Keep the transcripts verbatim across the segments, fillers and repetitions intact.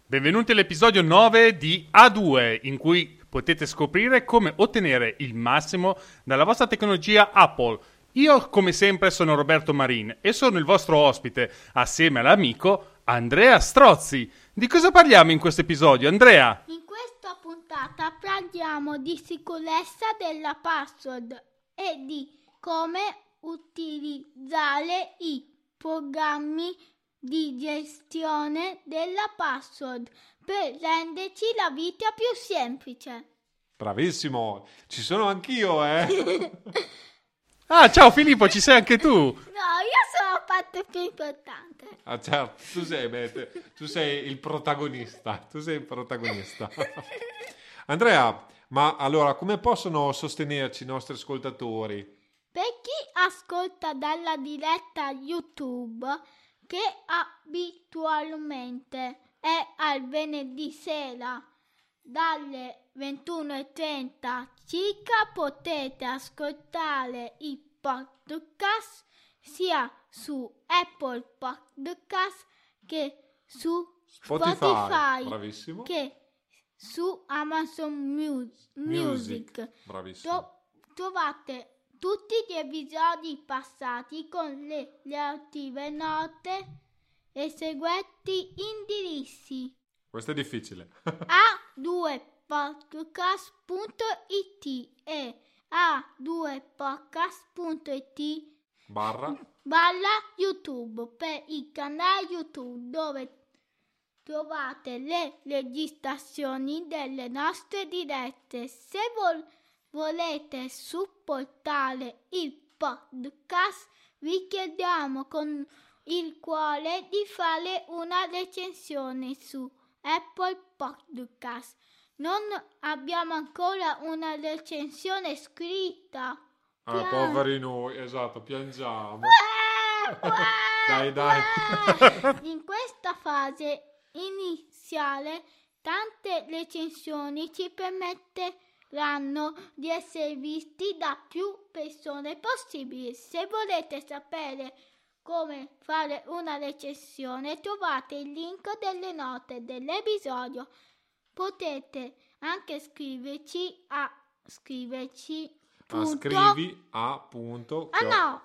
Benvenuti all'episodio nove di A due, in cui potete scoprire come ottenere il massimo dalla vostra tecnologia Apple. Io, come sempre, sono Roberto Marin e sono il vostro ospite, assieme all'amico Andrea Strozzi. Di cosa parliamo in questo episodio, Andrea? In questa puntata parliamo di sicurezza della password e di come utilizzare i programmi di gestione della password per renderci la vita più semplice. Bravissimo, ci sono anch'io, eh? Ah, ciao Filippo, ci sei anche tu? No, io sono la parte più importante. Ah, certo, tu sei, beh, tu sei il protagonista, tu sei il protagonista. Andrea, ma allora come possono sostenerci i nostri ascoltatori? Per chi ascolta dalla diretta YouTube, che abitualmente è al venerdì sera dalle ventuno e trenta circa, potete ascoltare i podcast sia su Apple Podcast che su Spotify, Spotify, bravissimo. che su Amazon Music. Music, bravissimo. Tro- trovate tutti gli episodi passati con le relative note e seguenti indirizzi Questo è difficile. a due podcast punto it e a due podcast punto it Barra. barra YouTube per il canale YouTube, dove trovate le registrazioni delle nostre dirette. Se vol- volete supportare il podcast, vi chiediamo con il cuore di fare una recensione su Apple Podcast. Non abbiamo ancora una recensione scritta. Ah, Pian- poveri noi, esatto, piangiamo. Uè, uè, Dai, dai. uè. In questa fase iniziale tante recensioni ci permetteranno di essere visti da più persone possibili. Se volete sapere come fare una recensione, trovate il link delle note dell'episodio. Potete anche scriverci a scriverci Ah, punto, scrivi a punto. ah no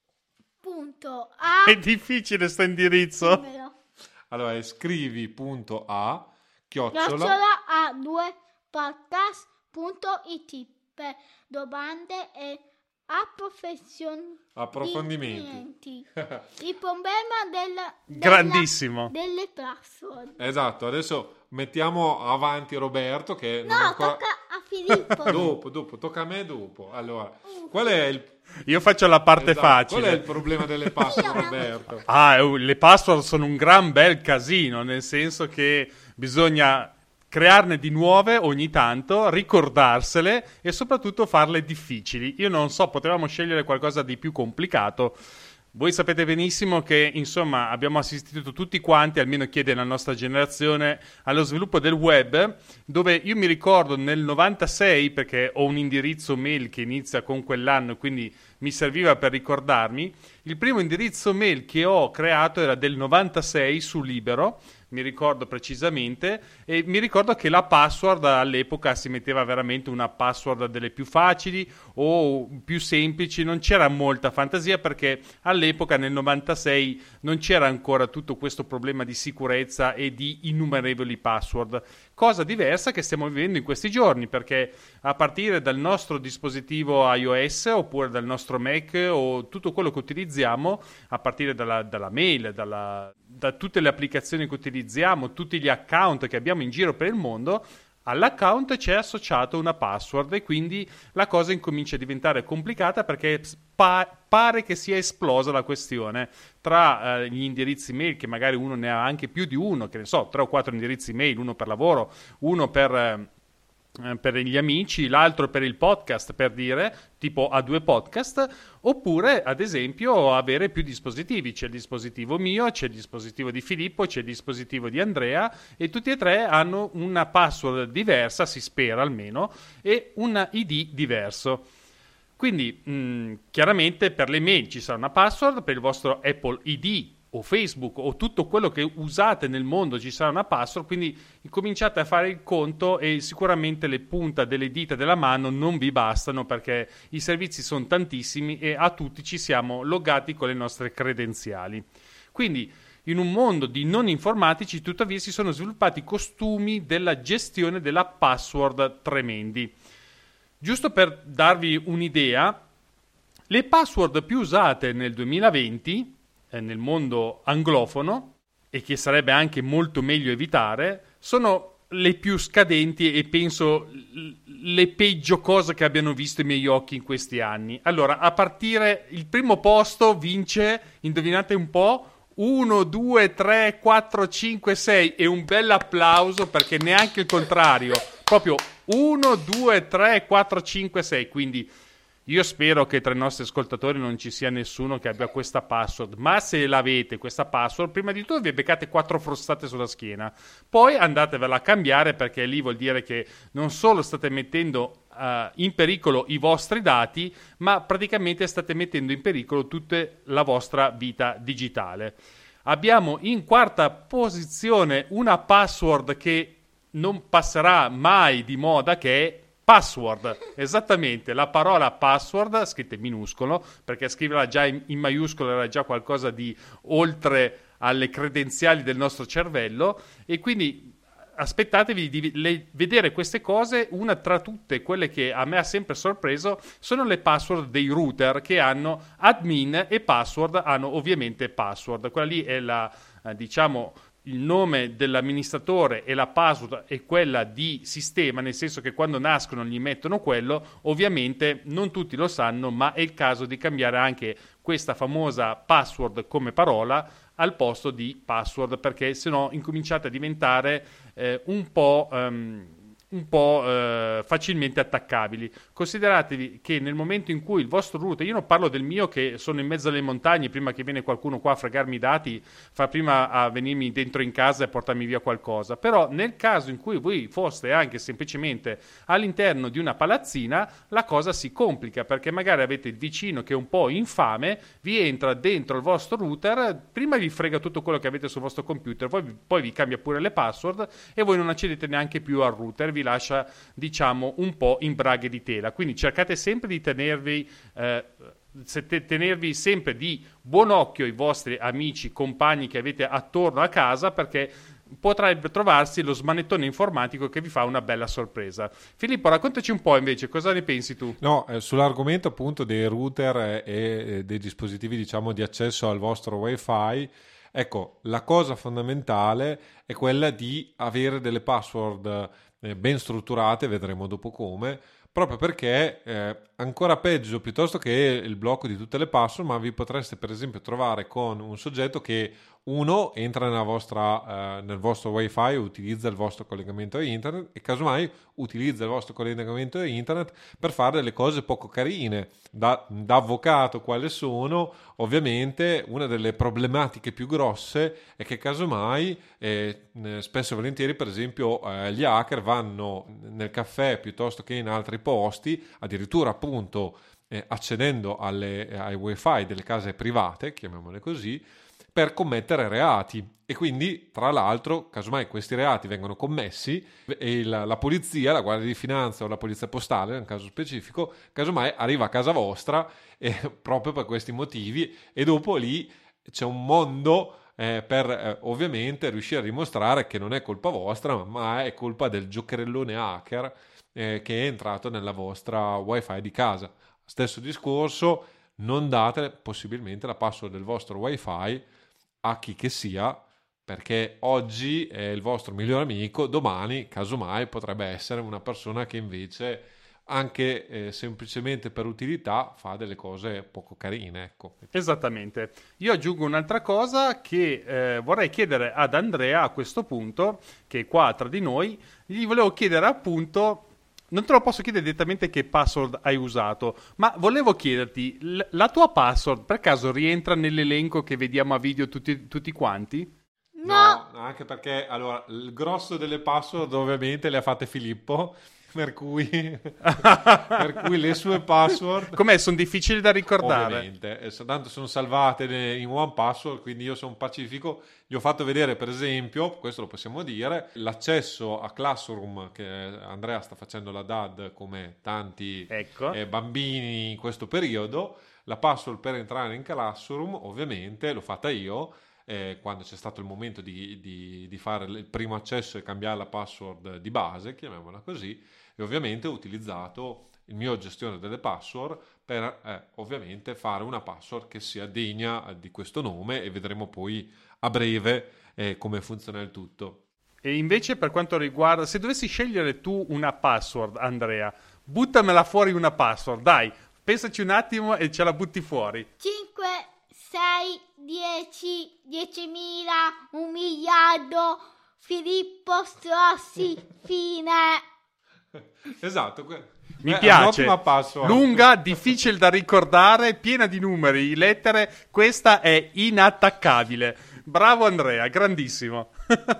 punto a È difficile sto indirizzo. numero Allora, è scrivi punto a chiocciola. chiocciola a due podcast punto it per domande e approfession- Approfondimenti. Il problema del, della- Grandissimo. delle password. Esatto, adesso mettiamo avanti Roberto che non è No, ancora... tocca a Filippo. Dopo, dopo, tocca a me dopo. Allora, qual è il, Io faccio la parte esatto, facile. qual è il problema delle password, Roberto? Ah, eh, le password sono un gran bel casino, nel senso che bisogna crearne di nuove ogni tanto, ricordarsele e soprattutto farle difficili. Io non so, potevamo scegliere qualcosa di più complicato. Voi sapete benissimo che, insomma, abbiamo assistito tutti quanti, almeno chi è della nostra generazione, allo sviluppo del web, dove io mi ricordo nel novantasei, perché ho un indirizzo mail che inizia con quell'anno e quindi mi serviva per ricordarmi, il primo indirizzo mail che ho creato era del novantasei su Libero, mi ricordo precisamente, e mi ricordo che la password all'epoca si metteva veramente una password delle più facili o più semplici, non c'era molta fantasia perché all'epoca nel novantasei non c'era ancora tutto questo problema di sicurezza e di innumerevoli password, cosa diversa che stiamo vivendo in questi giorni, perché a partire dal nostro dispositivo iOS oppure dal nostro Mac o tutto quello che utilizziamo, a partire dalla, dalla mail, dalla, da tutte le applicazioni che utilizziamo, tutti gli account che abbiamo in giro per il mondo, all'account c'è associato una password e quindi la cosa incomincia a diventare complicata perché pa- pare che sia esplosa la questione tra eh, gli indirizzi mail, che magari uno ne ha anche più di uno, che ne so, tre o quattro indirizzi mail, uno per lavoro, uno per... Eh, per gli amici, l'altro per il podcast, per dire, tipo a due podcast, oppure ad esempio avere più dispositivi. C'è il dispositivo mio, c'è il dispositivo di Filippo, c'è il dispositivo di Andrea e tutti e tre hanno una password diversa, si spera almeno, e un I D diverso. Quindi mh, chiaramente per le mail ci sarà una password, per il vostro Apple I D o Facebook o tutto quello che usate nel mondo ci sarà una password, quindi cominciate a fare il conto e sicuramente le punte delle dita della mano non vi bastano, perché i servizi sono tantissimi e a tutti ci siamo loggati con le nostre credenziali. Quindi in un mondo di non informatici tuttavia si sono sviluppati costumi della gestione della password tremendi. Giusto per darvi un'idea, le password più usate nel duemilaventi eh, nel mondo anglofono, e che sarebbe anche molto meglio evitare, sono le più scadenti e penso le peggio cose che abbiano visto i miei occhi in questi anni. Allora, a partire, il primo posto vince, indovinate un po', uno, due, tre, quattro, cinque, sei, e un bel applauso, perché neanche il contrario, proprio uno, due, tre, quattro, cinque, sei, quindi io spero che tra i nostri ascoltatori non ci sia nessuno che abbia questa password, ma se l'avete questa password, prima di tutto vi beccate quattro frustate sulla schiena, poi andatevela a cambiare, perché lì vuol dire che non solo state mettendo uh, in pericolo i vostri dati, ma praticamente state mettendo in pericolo tutta la vostra vita digitale. Abbiamo in quarta posizione una password che non passerà mai di moda, che è password. Esattamente, la parola password scritta in minuscolo, perché scriverla già in, in maiuscolo era già qualcosa di oltre alle credenziali del nostro cervello, e quindi aspettatevi di le, vedere queste cose. Una tra tutte quelle che a me ha sempre sorpreso sono le password dei router, che hanno admin e password hanno ovviamente password. Quella lì è la, eh, diciamo, il nome dell'amministratore, e la password è quella di sistema, nel senso che quando nascono gli mettono quello. Ovviamente non tutti lo sanno, ma è il caso di cambiare anche questa famosa password come parola al posto di password, perché sennò incominciate a diventare eh, un po'... Um, un po' eh, facilmente attaccabili. Consideratevi che nel momento in cui il vostro router, io non parlo del mio che sono in mezzo alle montagne, prima che viene qualcuno qua a fregarmi i dati, fa prima a venirmi dentro in casa e portarmi via qualcosa, però nel caso in cui voi foste anche semplicemente all'interno di una palazzina, la cosa si complica, perché magari avete il vicino che è un po' infame, vi entra dentro il vostro router, prima vi frega tutto quello che avete sul vostro computer, poi, poi vi cambia pure le password e voi non accedete neanche più al router, vi lascia, diciamo, un po' in braghe di tela. Quindi cercate sempre di tenervi eh, se te, tenervi sempre di buon occhio i vostri amici, compagni che avete attorno a casa, perché potrebbe trovarsi lo smanettone informatico che vi fa una bella sorpresa. Filippo, raccontaci un po' invece, cosa ne pensi tu? No, eh, sull'argomento appunto dei router e eh, dei dispositivi, diciamo, di accesso al vostro wifi. Ecco, la cosa fondamentale è quella di avere delle password eh, ben strutturate, vedremo dopo come, proprio perché eh, ancora peggio piuttosto che il blocco di tutte le password, ma vi potreste per esempio trovare con un soggetto che uno entra nella vostra, eh, nel vostro wifi, utilizza il vostro collegamento a internet e casomai utilizza il vostro collegamento a internet per fare delle cose poco carine. Da, da avvocato quale sono, ovviamente una delle problematiche più grosse è che casomai eh, spesso e volentieri per esempio eh, gli hacker vanno nel caffè piuttosto che in altri posti, addirittura appunto eh, accedendo alle, ai wifi delle case private, chiamiamole così, per commettere reati. E quindi, tra l'altro, casomai questi reati vengono commessi e la, la polizia, la guardia di finanza o la polizia postale, nel caso specifico, casomai arriva a casa vostra eh, proprio per questi motivi, e dopo lì c'è un mondo eh, per eh, ovviamente riuscire a dimostrare che non è colpa vostra, ma è colpa del giocherellone hacker eh, che è entrato nella vostra wifi di casa. Stesso discorso, non date possibilmente la password del vostro wifi a chi che sia, perché oggi è il vostro migliore amico, domani casomai potrebbe essere una persona che invece anche eh, semplicemente per utilità fa delle cose poco carine, ecco. Esattamente. Io aggiungo un'altra cosa che eh, vorrei chiedere ad Andrea a questo punto, che è qua tra di noi. Gli volevo chiedere appunto, non te lo posso chiedere direttamente che password hai usato, ma volevo chiederti, l- la tua password per caso rientra nell'elenco che vediamo a video tutti, tutti quanti? No. No, anche perché allora il grosso delle password ovviamente le ha fatte Filippo per cui, per cui le sue password com'è, sono difficili da ricordare, ovviamente, e tanto sono salvate in one password, quindi io sono pacifico. Gli ho fatto vedere, per esempio, questo lo possiamo dire, l'accesso a Classroom, che Andrea sta facendo la D A D come tanti ecco. eh, bambini in questo periodo. La password per entrare in Classroom ovviamente l'ho fatta io, eh, quando c'è stato il momento di, di, di fare il primo accesso e cambiare la password di base, chiamiamola così, e ovviamente ho utilizzato il mio gestione delle password per eh, ovviamente fare una password che sia degna di questo nome, e vedremo poi a breve eh, come funziona il tutto. E invece per quanto riguarda, se dovessi scegliere tu una password, Andrea, buttamela fuori una password, dai, pensaci un attimo e ce la butti fuori. cinque, sei, dieci, diecimila, un miliardo, Filippo Strossi, fine. Esatto, que- Mi è piace, un'ottima password. lunga, difficile da ricordare, piena di numeri, lettere, questa è inattaccabile. Bravo Andrea, grandissimo.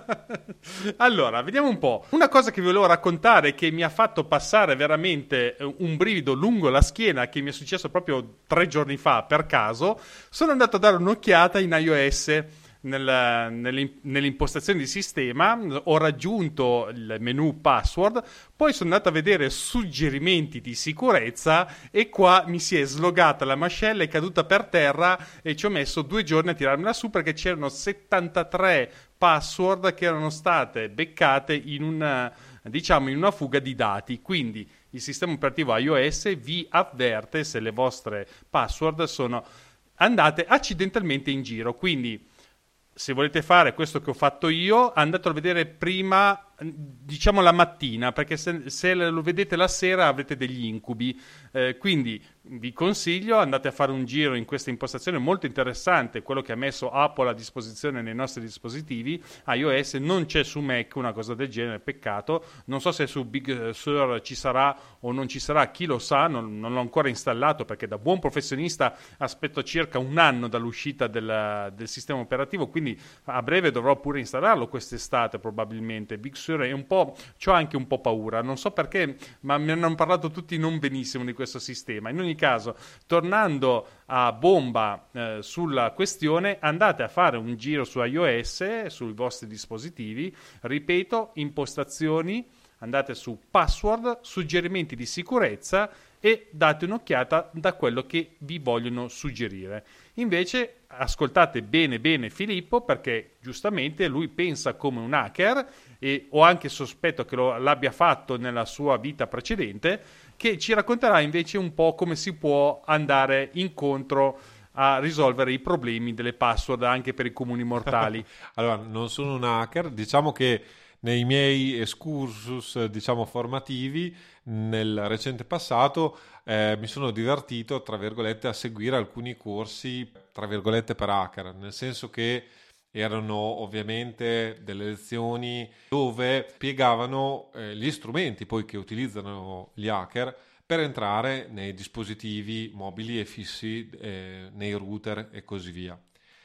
Allora, vediamo un po'. Una cosa che vi volevo raccontare, che mi ha fatto passare veramente un brivido lungo la schiena, che mi è successo proprio tre giorni fa per caso, sono andato a dare un'occhiata in iOS. Nel, nelle, nelle impostazioni di sistema ho raggiunto il menu password, poi sono andato a vedere suggerimenti di sicurezza e qua mi si è slogata la mascella, è caduta per terra e ci ho messo due giorni a tirarmela su, perché c'erano settantatré password che erano state beccate in una, diciamo, in una fuga di dati. Quindi il sistema operativo iOS vi avverte se le vostre password sono andate accidentalmente in giro. Quindi se volete fare questo che ho fatto io, andate a vedere prima, diciamo la mattina, perché se, se lo vedete la sera avrete degli incubi. Eh, quindi vi consiglio, andate a fare un giro in questa impostazione molto interessante, quello che ha messo Apple a disposizione nei nostri dispositivi iOS. Non c'è su Mac una cosa del genere, peccato. Non so se su Big Sur ci sarà o non ci sarà, chi lo sa, non, non l'ho ancora installato, perché da buon professionista aspetto circa un anno dall'uscita del, del sistema operativo, quindi a breve dovrò pure installarlo quest'estate probabilmente. Big Sur è un po', c'ho anche un po' paura, non so perché, ma mi hanno parlato tutti non benissimo di questo sistema. In ogni caso, tornando a bomba eh, sulla questione, andate a fare un giro su iOS, sui vostri dispositivi, ripeto, impostazioni, andate su password, suggerimenti di sicurezza e date un'occhiata da quello che vi vogliono suggerire. Invece ascoltate bene bene Filippo, perché giustamente lui pensa come un hacker, e ho anche sospetto che lo, l'abbia fatto nella sua vita precedente, che ci racconterà invece un po' come si può andare incontro a risolvere i problemi delle password anche per i comuni mortali. Allora, non sono un hacker, diciamo che nei miei excursus, diciamo, formativi nel recente passato eh, mi sono divertito, tra virgolette, a seguire alcuni corsi, tra virgolette, per hacker, nel senso che erano ovviamente delle lezioni dove spiegavano eh, gli strumenti poi che utilizzano gli hacker per entrare nei dispositivi mobili e fissi, eh, nei router e così via.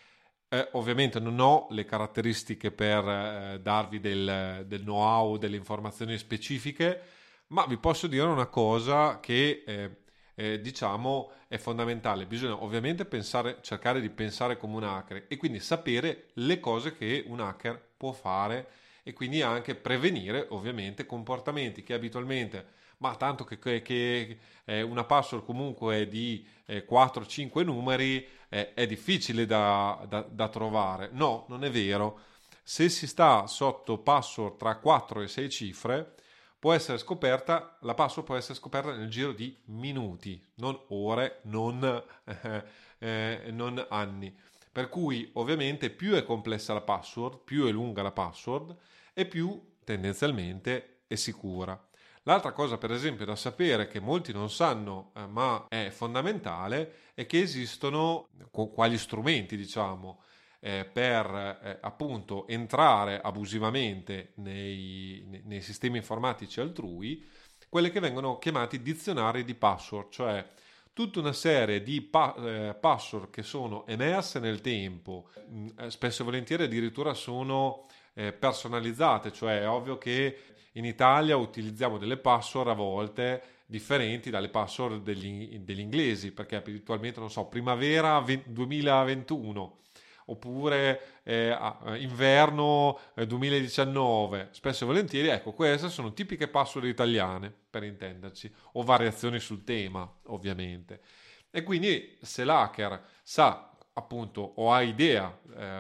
Eh, ovviamente non ho le caratteristiche per eh, darvi del, del know-how, delle informazioni specifiche, ma vi posso dire una cosa che eh, eh, diciamo è fondamentale. Bisogna ovviamente pensare, cercare di pensare come un hacker, e quindi sapere le cose che un hacker può fare, e quindi anche prevenire ovviamente comportamenti che abitualmente, ma tanto che, che, che eh, una password comunque di eh, quattro cinque numeri eh, è difficile da, da, da trovare. No, non è vero. Se si sta sotto password tra quattro e sei cifre, può essere scoperta, la password può essere scoperta nel giro di minuti, non ore, non, eh, eh, non anni. Per cui ovviamente più è complessa la password, più è lunga la password e più tendenzialmente è sicura. L'altra cosa, per esempio, da sapere, che molti non sanno, eh, ma è fondamentale, è che esistono quali strumenti, diciamo, eh, per eh, appunto entrare abusivamente nei, nei sistemi informatici altrui, quelle che vengono chiamati dizionari di password, cioè tutta una serie di pa- eh, password che sono emerse nel tempo, mh, spesso e volentieri addirittura sono eh, personalizzate, cioè è ovvio che in Italia utilizziamo delle password a volte differenti dalle password degli, degli inglesi, perché abitualmente, non so, primavera duemilaventuno oppure eh, inverno eh, duemiladiciannove, spesso e volentieri, ecco, queste sono tipiche password italiane, per intenderci, o variazioni sul tema, ovviamente. E quindi se l'hacker sa appunto o ha idea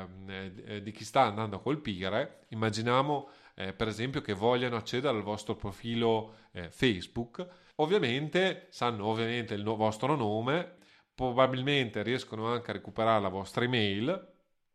eh, di chi sta andando a colpire, immaginiamo eh, per esempio che vogliano accedere al vostro profilo eh, Facebook, ovviamente sanno ovviamente il no- vostro nome, probabilmente riescono anche a recuperare la vostra email.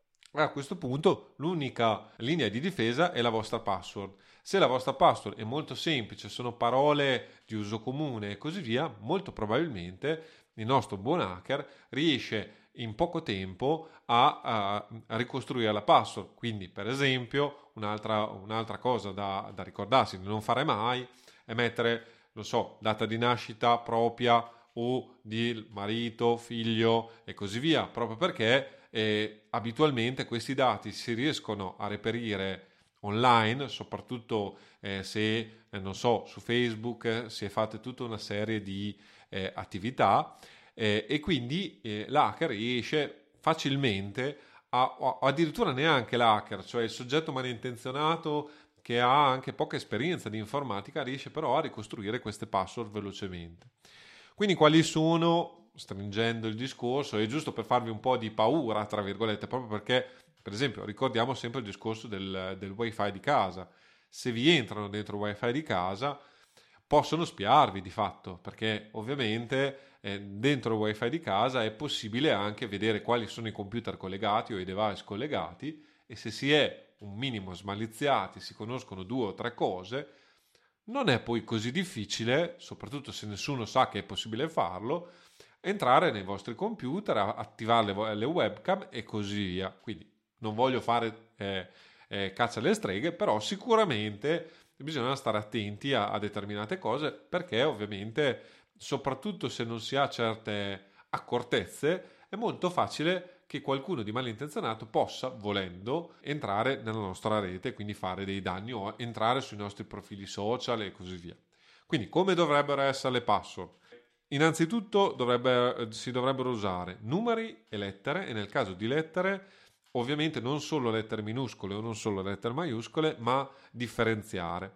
A questo punto l'unica linea di difesa è la vostra password. Se la vostra password è molto semplice, sono parole di uso comune e così via, molto probabilmente il nostro buon hacker riesce in poco tempo a, a, a ricostruire la password. Quindi, per esempio, un'altra, un'altra cosa da, da ricordarsi di non fare mai è mettere, non so, data di nascita propria o di marito, figlio e così via, proprio perché eh, abitualmente questi dati si riescono a reperire online, soprattutto eh, se, eh, non so, su Facebook eh, si è fatta tutta una serie di eh, attività eh, e quindi eh, l'hacker riesce facilmente a, o addirittura neanche l'hacker, cioè il soggetto malintenzionato che ha anche poca esperienza di informatica, riesce però a ricostruire queste password velocemente. Quindi quali sono, stringendo il discorso, è giusto per farvi un po' di paura, tra virgolette, proprio perché, per esempio, ricordiamo sempre il discorso del, del wifi di casa. Se vi entrano dentro il wifi di casa, possono spiarvi di fatto, perché ovviamente eh, dentro il wifi di casa è possibile anche vedere quali sono i computer collegati o i device collegati, e se si è un minimo smaliziati, si conoscono due o tre cose, non è poi così difficile, soprattutto se nessuno sa che è possibile farlo, entrare nei vostri computer, attivare le, le webcam e così via. Quindi non voglio fare eh, eh, caccia alle streghe, però sicuramente bisogna stare attenti a, a determinate cose, perché ovviamente, soprattutto se non si ha certe accortezze, è molto facile che qualcuno di malintenzionato possa, volendo, entrare nella nostra rete e quindi fare dei danni o entrare sui nostri profili social e così via. Quindi come dovrebbero essere le password? Innanzitutto dovrebbe, si dovrebbero usare numeri e lettere, e nel caso di lettere ovviamente non solo lettere minuscole o non solo lettere maiuscole, ma differenziare.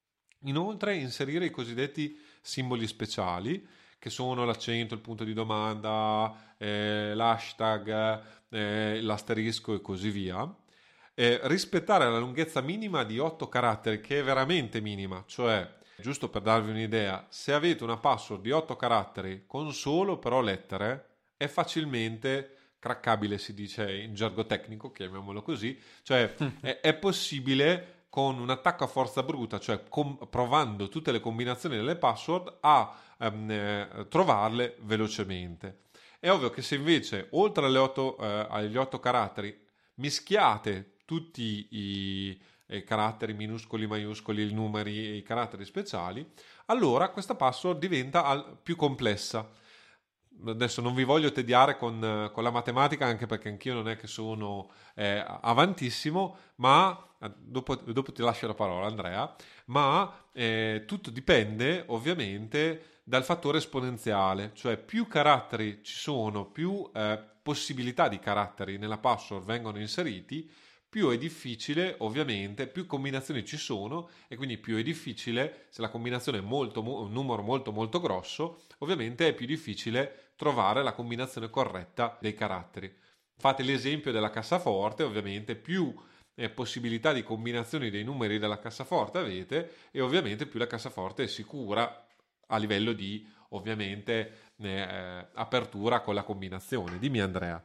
Inoltre inserire i cosiddetti simboli speciali, che sono l'accento, il punto di domanda, eh, l'hashtag, eh, l'asterisco e così via. Eh, rispettare la lunghezza minima di otto caratteri, che è veramente minima, cioè, giusto per darvi un'idea, se avete una password di otto caratteri con solo però lettere, è facilmente craccabile, si dice in gergo tecnico, chiamiamolo così, cioè è, è possibile con un attacco a forza bruta, cioè com- provando tutte le combinazioni delle password a ehm, eh, trovarle velocemente. È ovvio che se invece oltre alle otto, eh, agli otto caratteri mischiate tutti i, i caratteri minuscoli, maiuscoli, i numeri e i caratteri speciali, allora questa password diventa al- più complessa. Adesso non vi voglio tediare con, con la matematica, anche perché anch'io non è che sono eh, avantissimo, ma dopo, dopo ti lascio la parola, Andrea, ma eh, tutto dipende ovviamente dal fattore esponenziale, cioè più caratteri ci sono, più eh, possibilità di caratteri nella password vengono inseriti, più è difficile, ovviamente, più combinazioni ci sono, e quindi più è difficile, se la combinazione è molto, un numero molto molto grosso, ovviamente è più difficile trovare la combinazione corretta dei caratteri. Fate l'esempio della cassaforte, ovviamente più eh, possibilità di combinazioni dei numeri della cassaforte avete, e ovviamente più la cassaforte è sicura a livello di, ovviamente, eh, apertura con la combinazione. Dimmi, Andrea.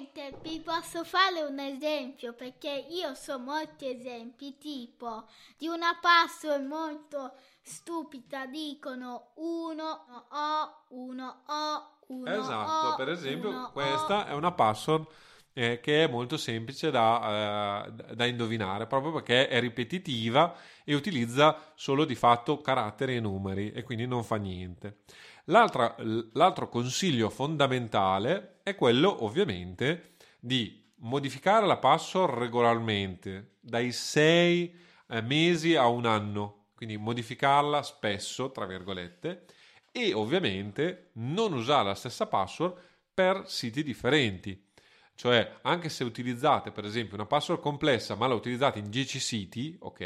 Vi posso fare un esempio, perché io so molti esempi, tipo di una password molto stupida, dicono uno o, uno o, uno Esatto, o, per esempio uno questa o. è una password eh, che è molto semplice da, eh, da indovinare, proprio perché è ripetitiva e utilizza solo di fatto caratteri e numeri, e quindi non fa niente. L'altra, l'altro consiglio fondamentale è quello ovviamente di modificare la password regolarmente, dai sei eh, mesi a un anno, quindi modificarla spesso, tra virgolette, e ovviamente non usare la stessa password per siti differenti. Cioè, anche se utilizzate per esempio una password complessa ma la utilizzate in dieci siti, ok?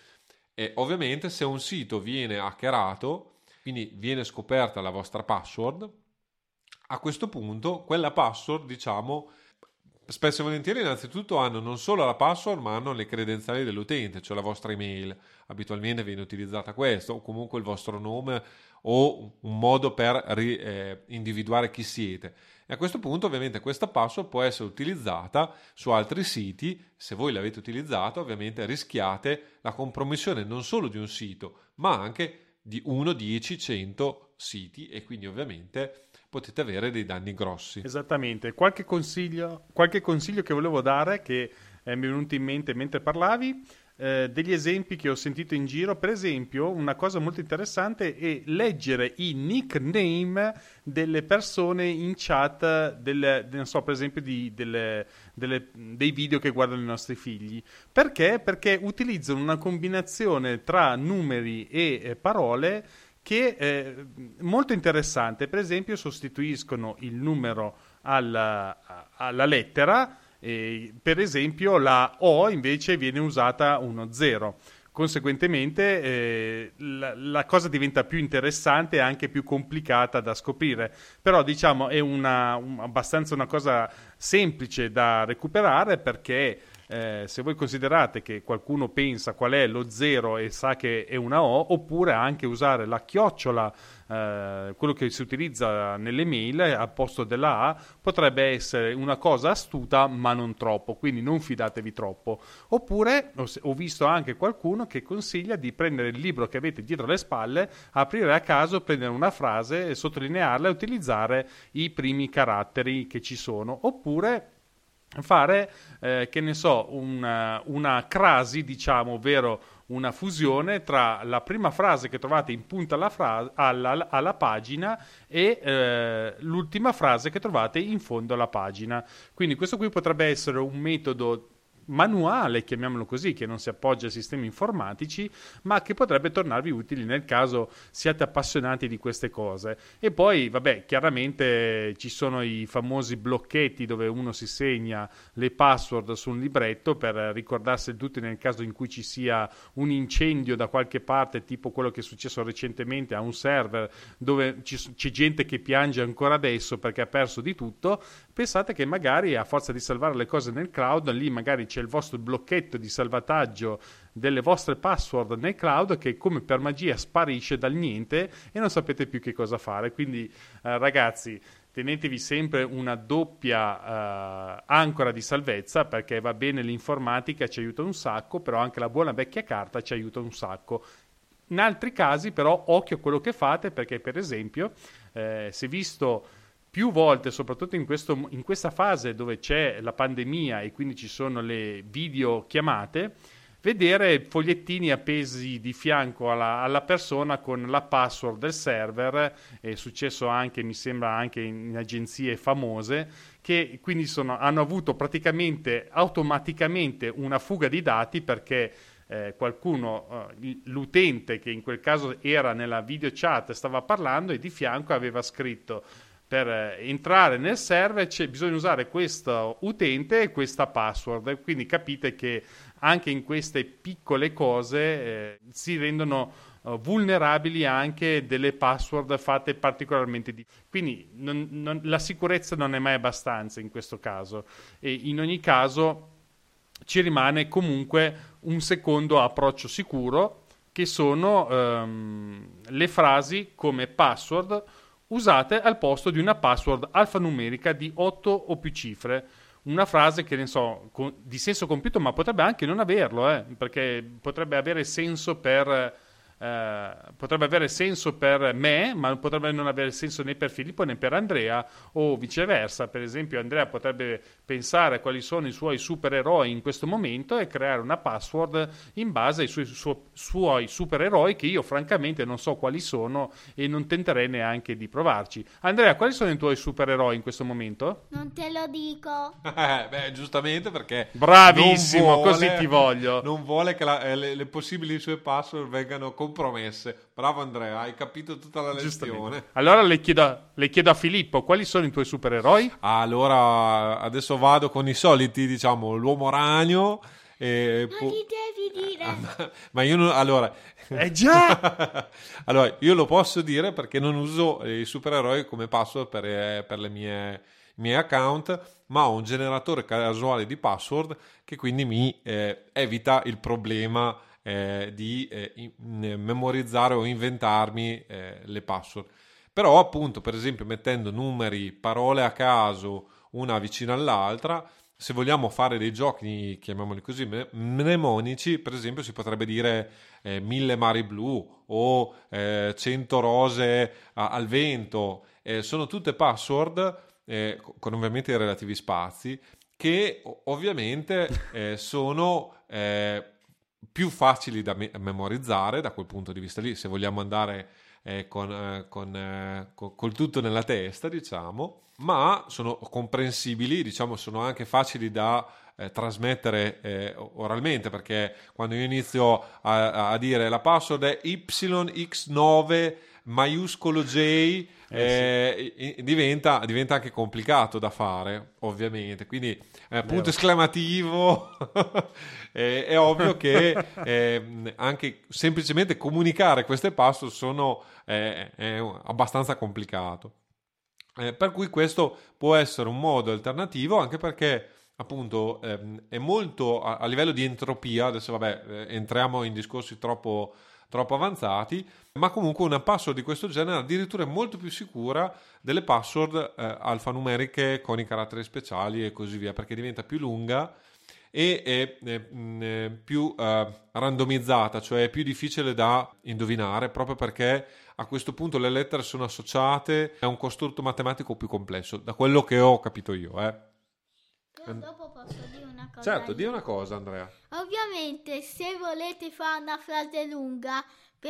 E ovviamente se un sito viene hackerato, quindi viene scoperta la vostra password, a questo punto quella password, diciamo, spesso e volentieri innanzitutto hanno non solo la password ma hanno le credenziali dell'utente, cioè la vostra email, abitualmente viene utilizzata questo, o comunque il vostro nome o un modo per ri, eh, individuare chi siete. E a questo punto ovviamente questa password può essere utilizzata su altri siti. Se voi l'avete utilizzata ovviamente rischiate la compromissione non solo di un sito ma anche di uno, dieci, cento siti, e quindi ovviamente potete avere dei danni grossi. Esattamente. Qualche consiglio, qualche consiglio che volevo dare, che eh, mi è venuto in mente mentre parlavi, eh, degli esempi che ho sentito in giro. Per esempio, una cosa molto interessante è leggere i nickname delle persone in chat, del, non so, per esempio di, delle, delle, dei video che guardano i nostri figli. Perché? Perché utilizzano una combinazione tra numeri e eh, parole che è molto interessante. Per esempio sostituiscono il numero alla, alla lettera, e per esempio la O invece viene usata uno zero. Conseguentemente eh, la, la cosa diventa più interessante e anche più complicata da scoprire, però diciamo è una, un, abbastanza una cosa semplice da recuperare, perché Eh, se voi considerate che qualcuno pensa qual è lo zero e sa che è una O, oppure anche usare la chiocciola, eh, quello che si utilizza nelle mail al posto della A, potrebbe essere una cosa astuta ma non troppo, quindi non fidatevi troppo. Oppure ho, ho visto anche qualcuno che consiglia di prendere il libro che avete dietro le spalle, aprire a caso, prendere una frase, sottolinearla e utilizzare i primi caratteri che ci sono, oppure fare, eh, che ne so, una, una crasi, diciamo, ovvero una fusione tra la prima frase che trovate in punta alla, fra- alla, alla pagina e eh, l'ultima frase che trovate in fondo alla pagina. Quindi questo qui potrebbe essere un metodo manuale, chiamiamolo così, che non si appoggia a sistemi informatici, ma che potrebbe tornarvi utili nel caso siate appassionati di queste cose. E poi, vabbè, chiaramente ci sono i famosi blocchetti dove uno si segna le password su un libretto per ricordarsi tutti nel caso in cui ci sia un incendio da qualche parte, tipo quello che è successo recentemente a un server dove ci, c'è gente che piange ancora adesso perché ha perso di tutto. Pensate che magari a forza di salvare le cose nel cloud, lì magari c'è il vostro blocchetto di salvataggio delle vostre password nel cloud che come per magia sparisce dal niente e non sapete più che cosa fare. Quindi eh, ragazzi, tenetevi sempre una doppia eh, ancora di salvezza, perché va bene l'informatica, ci aiuta un sacco, però anche la buona vecchia carta ci aiuta un sacco. In altri casi però occhio a quello che fate, perché per esempio eh, se visto più volte, soprattutto in, questo, in questa fase dove c'è la pandemia e quindi ci sono le videochiamate, vedere fogliettini appesi di fianco alla, alla persona con la password del server. È successo anche, mi sembra, anche in, in agenzie famose, che quindi sono, hanno avuto praticamente automaticamente una fuga di dati, perché Eh, qualcuno, eh, l'utente che in quel caso era nella video chat stava parlando e di fianco aveva scritto: per eh, entrare nel server c'è bisogna usare questo utente e questa password. Quindi capite che anche in queste piccole cose eh, si rendono uh, vulnerabili anche delle password fatte particolarmente difficili. Quindi non, non, la sicurezza non è mai abbastanza in questo caso, e in ogni caso ci rimane comunque un secondo approccio sicuro, che sono um, le frasi come password usate al posto di una password alfanumerica di otto o più cifre. Una frase che, ne so, con, di senso compiuto, ma potrebbe anche non averlo, eh, perché potrebbe avere senso per eh, potrebbe avere senso per me, ma potrebbe non avere senso né per Filippo né per Andrea, o viceversa. Per esempio Andrea potrebbe pensare a quali sono i suoi supereroi in questo momento e creare una password in base ai suoi, su, suoi supereroi, che io francamente non so quali sono e non tenterei neanche di provarci. Andrea, quali sono i tuoi supereroi in questo momento? Non te lo dico. Eh, beh, giustamente perché Bravissimo, non vuole, così ti voglio. Non vuole che la- eh, le, le possibili sue password vengano compromesse. Bravo Andrea, hai capito tutta la lezione. Allora le chiedo, le chiedo a Filippo, quali sono i tuoi supereroi? Allora, adesso vado con i soliti, diciamo, l'uomo ragno. E Ma po- li devi dire. ma, ma io non, allora, Eh già! allora, io lo posso dire perché non uso i supereroi come password per, eh, per le mie, i miei account, ma ho un generatore casuale di password che quindi mi eh, evita il problema eh, di eh, in- memorizzare o inventarmi eh, le password. Però appunto, per esempio, mettendo numeri, parole a caso una vicino all'altra, se vogliamo fare dei giochi, chiamiamoli così, mne- mnemonici, per esempio si potrebbe dire eh, mille mari blu o eh, cento rose a- al vento. Eh, sono tutte password eh, con ovviamente i relativi spazi che o- ovviamente eh, sono eh, più facili da me- memorizzare da quel punto di vista lì, se vogliamo andare eh, con, eh, con, eh, co- col tutto nella testa, diciamo, ma sono comprensibili, diciamo, sono anche facili da eh, trasmettere eh, oralmente, perché quando io inizio a, a dire la password è Y X nove maiuscolo J, eh, i- i- diventa, diventa anche complicato da fare, ovviamente. Quindi, eh, punto esclamativo, eh, è ovvio che eh, anche semplicemente comunicare queste password sono eh, è abbastanza complicato. Eh, per cui questo può essere un modo alternativo, anche perché appunto ehm, è molto a, a livello di entropia. Adesso vabbè, eh, entriamo in discorsi troppo, troppo avanzati, ma comunque una password di questo genere addirittura è molto più sicura delle password eh, alfanumeriche con i caratteri speciali e così via, perché diventa più lunga e è, è, mh, è più eh, randomizzata, cioè è più difficile da indovinare, proprio perché a questo punto le lettere sono associate a un costrutto matematico più complesso, da quello che ho capito io. Eh. Però dopo posso dire una cosa. Certo, io. di una cosa, Andrea. Ovviamente, se volete fare una frase lunga,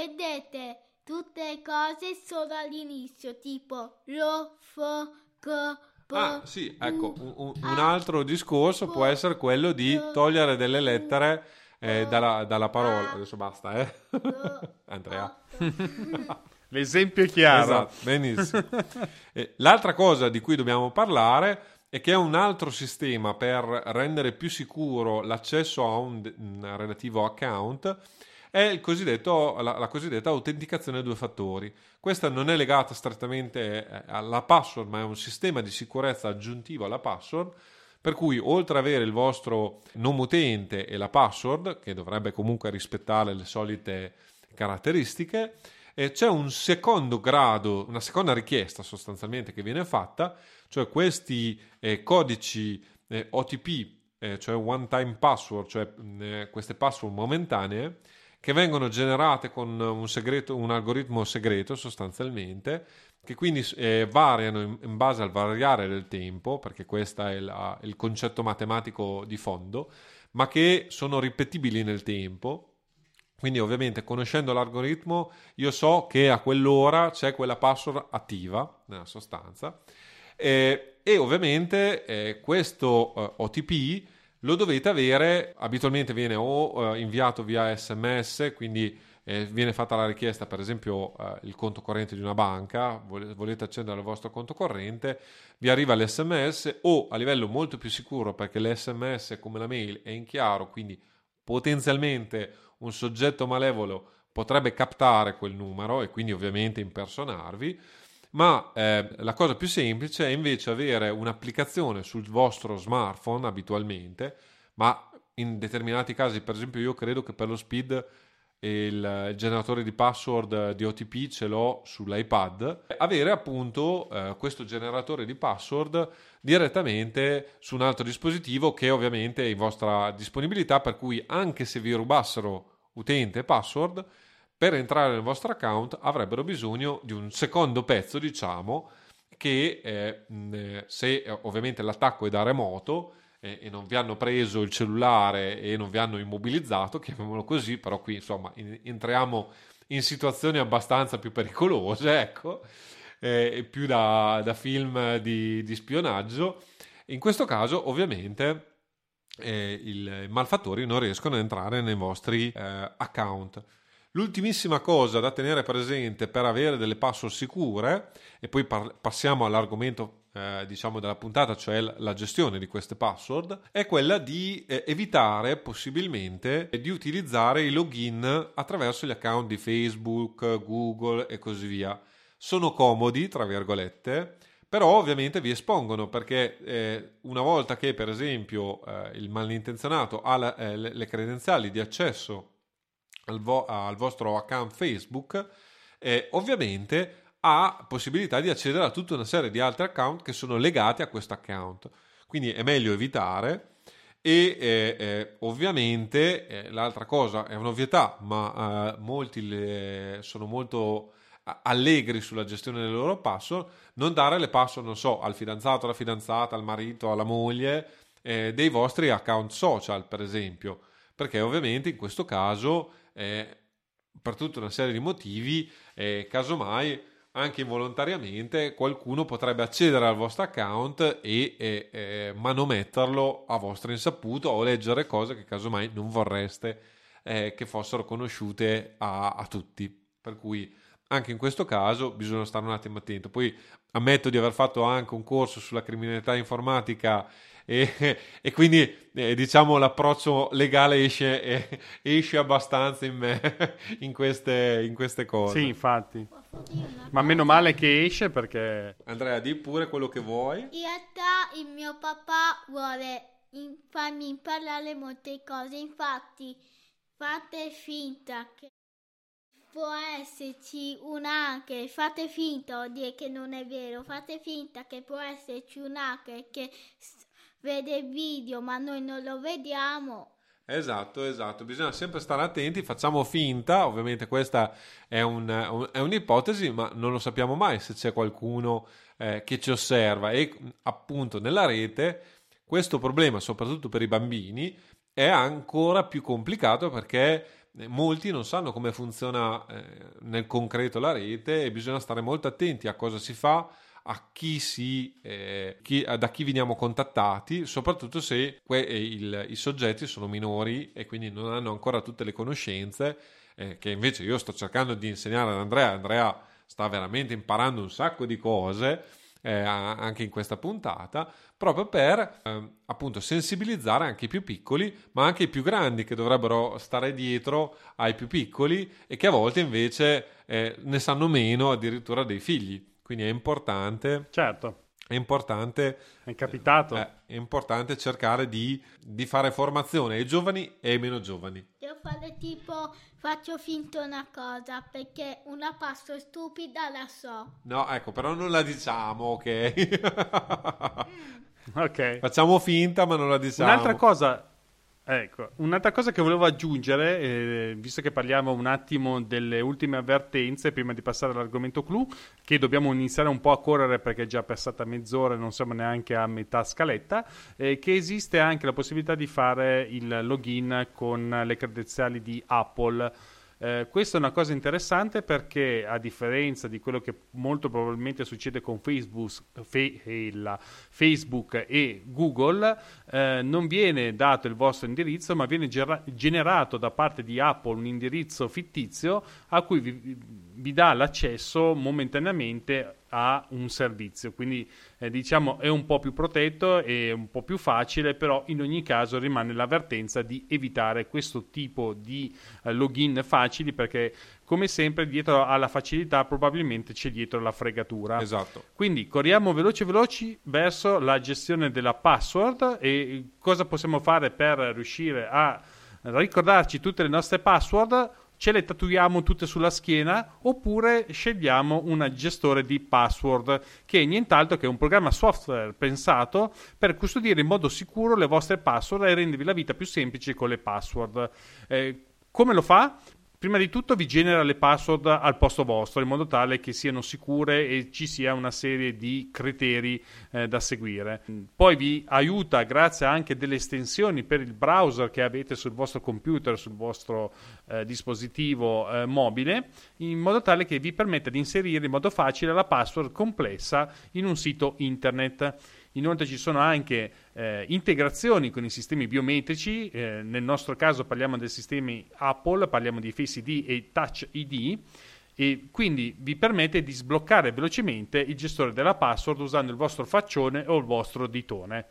vedete tutte le cose solo all'inizio, tipo lo, fo, co, po, Ah, sì, ecco, u, un, un- a, un altro discorso po, può essere quello di lo, togliere delle lettere eh, po, dalla, dalla parola. a, Adesso basta, eh. lo, Andrea. otto. L'esempio è chiaro. Esatto, benissimo. Eh, L'altra cosa di cui dobbiamo parlare è che è un altro sistema per rendere più sicuro l'accesso a un, de- un relativo account, è il cosiddetto, la, la cosiddetta autenticazione a due fattori. Questa non è legata strettamente eh, alla password, ma è un sistema di sicurezza aggiuntivo alla password, per cui oltre ad avere il vostro nome utente e la password, che dovrebbe comunque rispettare le solite caratteristiche, eh, c'è un secondo grado, una seconda richiesta sostanzialmente che viene fatta, cioè questi eh, codici eh, O T P, eh, cioè one time password, cioè mh, eh, queste password momentanee, che vengono generate con un, segreto, un algoritmo segreto sostanzialmente, che quindi eh, variano in, in base al variare del tempo, perché questo è la, il concetto matematico di fondo, ma che sono ripetibili nel tempo. Quindi ovviamente conoscendo l'algoritmo io so che a quell'ora c'è quella password attiva, nella sostanza, eh, e ovviamente eh, questo eh, O T P lo dovete avere, abitualmente viene o eh, inviato via S M S, quindi eh, viene fatta la richiesta, per esempio eh, il conto corrente di una banca, vol- volete accedere al vostro conto corrente, vi arriva l'S M S, o a livello molto più sicuro, perché l'S M S come la mail è in chiaro, quindi potenzialmente un soggetto malevolo potrebbe captare quel numero e quindi ovviamente impersonarvi, ma eh, la cosa più semplice è invece avere un'applicazione sul vostro smartphone abitualmente, ma in determinati casi, per esempio io credo che per lo speed il, il generatore di password di O T P ce l'ho sull'iPad, avere appunto eh, questo generatore di password direttamente su un altro dispositivo che ovviamente è in vostra disponibilità, per cui anche se vi rubassero utente e password, per entrare nel vostro account avrebbero bisogno di un secondo pezzo, diciamo, che eh, mh, se eh, ovviamente l'attacco è da remoto eh, e non vi hanno preso il cellulare e non vi hanno immobilizzato, chiamiamolo così, però qui insomma in, entriamo in situazioni abbastanza più pericolose, ecco, eh, più da, da film di, di spionaggio. In questo caso ovviamente eh, il, i malfattori non riescono a entrare nei vostri eh, account. L'ultimissima cosa da tenere presente per avere delle password sicure, e poi par- passiamo all'argomento eh, diciamo della puntata, cioè l- la gestione di queste password, è quella di eh, evitare possibilmente di utilizzare i login attraverso gli account di Facebook, Google e così via. Sono comodi, tra virgolette, però ovviamente vi espongono, perché eh, una volta che per esempio eh, il malintenzionato ha la, eh, le, le credenziali di accesso al, vo- al vostro account Facebook, eh, ovviamente ha possibilità di accedere a tutta una serie di altri account che sono legati a questo account, quindi è meglio evitare. E eh, eh, ovviamente eh, l'altra cosa è un'ovvietà, ma eh, molti le, sono molto allegri sulla gestione delle loro password: non dare le password, non so, al fidanzato, alla fidanzata, al marito, alla moglie eh, dei vostri account social, per esempio, perché ovviamente in questo caso eh, per tutta una serie di motivi eh, casomai anche involontariamente qualcuno potrebbe accedere al vostro account e eh, eh, manometterlo a vostra insaputa, o leggere cose che casomai non vorreste eh, che fossero conosciute a, a tutti, per cui anche in questo caso bisogna stare un attimo attento. Poi ammetto di aver fatto anche un corso sulla criminalità informatica e, e quindi eh, diciamo l'approccio legale esce, eh, esce abbastanza in me in queste, in queste cose. Sì, infatti. Ma meno male che esce, perché... Andrea, di pure quello che vuoi. In realtà il mio papà vuole in- farmi imparare molte cose, infatti fate finta che può esserci un hacker, fate finta, vuol dire che non è vero, fate finta che può esserci un hacker che s- vede il video ma noi non lo vediamo. Esatto, esatto, bisogna sempre stare attenti, facciamo finta, ovviamente questa è, un, un- è un'ipotesi, ma non lo sappiamo mai se c'è qualcuno eh, che ci osserva, e appunto nella rete questo problema, soprattutto per i bambini, è ancora più complicato, perché molti non sanno come funziona eh, nel concreto la rete, e bisogna stare molto attenti a cosa si fa, a chi si, eh, chi, da chi veniamo contattati, soprattutto se que- il, i soggetti sono minori e quindi non hanno ancora tutte le conoscenze eh, che invece io sto cercando di insegnare ad Andrea. Andrea sta veramente imparando un sacco di cose eh, anche in questa puntata, proprio per eh, appunto sensibilizzare anche i più piccoli, ma anche i più grandi, che dovrebbero stare dietro ai più piccoli e che a volte invece eh, ne sanno meno addirittura dei figli. Quindi è importante, Certo, è importante, è capitato. eh, è importante cercare di, di fare formazione ai giovani e ai meno giovani. Devo fare tipo, faccio finta una cosa perché una password stupida la so. No, ecco, però non la diciamo, ok? Ok. Facciamo finta, ma non la diciamo. Un'altra cosa, ecco, un'altra cosa che volevo aggiungere, eh, visto che parliamo un attimo delle ultime avvertenze, prima di passare all'argomento clou, che dobbiamo iniziare un po' a correre perché è già passata mezz'ora e non siamo neanche a metà scaletta, eh, che esiste anche la possibilità di fare il login con le credenziali di Apple. Eh, questa è una cosa interessante, perché a differenza di quello che molto probabilmente succede con Facebook, fe- e la- Facebook e Google, eh, non viene dato il vostro indirizzo, ma viene gera- generato da parte di Apple un indirizzo fittizio a cui vi, vi dà l'accesso momentaneamente a un servizio, quindi eh, diciamo è un po' più protetto e un po' più facile, però in ogni caso rimane l'avvertenza di evitare questo tipo di eh, login facili, perché come sempre dietro alla facilità probabilmente c'è dietro la fregatura. Esatto. Quindi corriamo veloci veloci verso la gestione della password. E cosa possiamo fare per riuscire a ricordarci tutte le nostre password? Ce le tatuiamo tutte sulla schiena, oppure scegliamo un gestore di password, che è nient'altro che un programma software pensato per custodire in modo sicuro le vostre password e rendervi la vita più semplice con le password. Eh, come lo fa? prima di tutto vi genera le password al posto vostro in modo tale che siano sicure e ci sia una serie di criteri eh, da seguire. Poi vi aiuta grazie anche delle estensioni per il browser che avete sul vostro computer, sul vostro eh, dispositivo eh, mobile, in modo tale che vi permetta di inserire in modo facile la password complessa in un sito internet. Inoltre ci sono anche eh, integrazioni con i sistemi biometrici, eh, nel nostro caso parliamo dei sistemi Apple, parliamo di Face I D e Touch I D, e quindi vi permette di sbloccare velocemente il gestore della password usando il vostro faccione o il vostro ditone.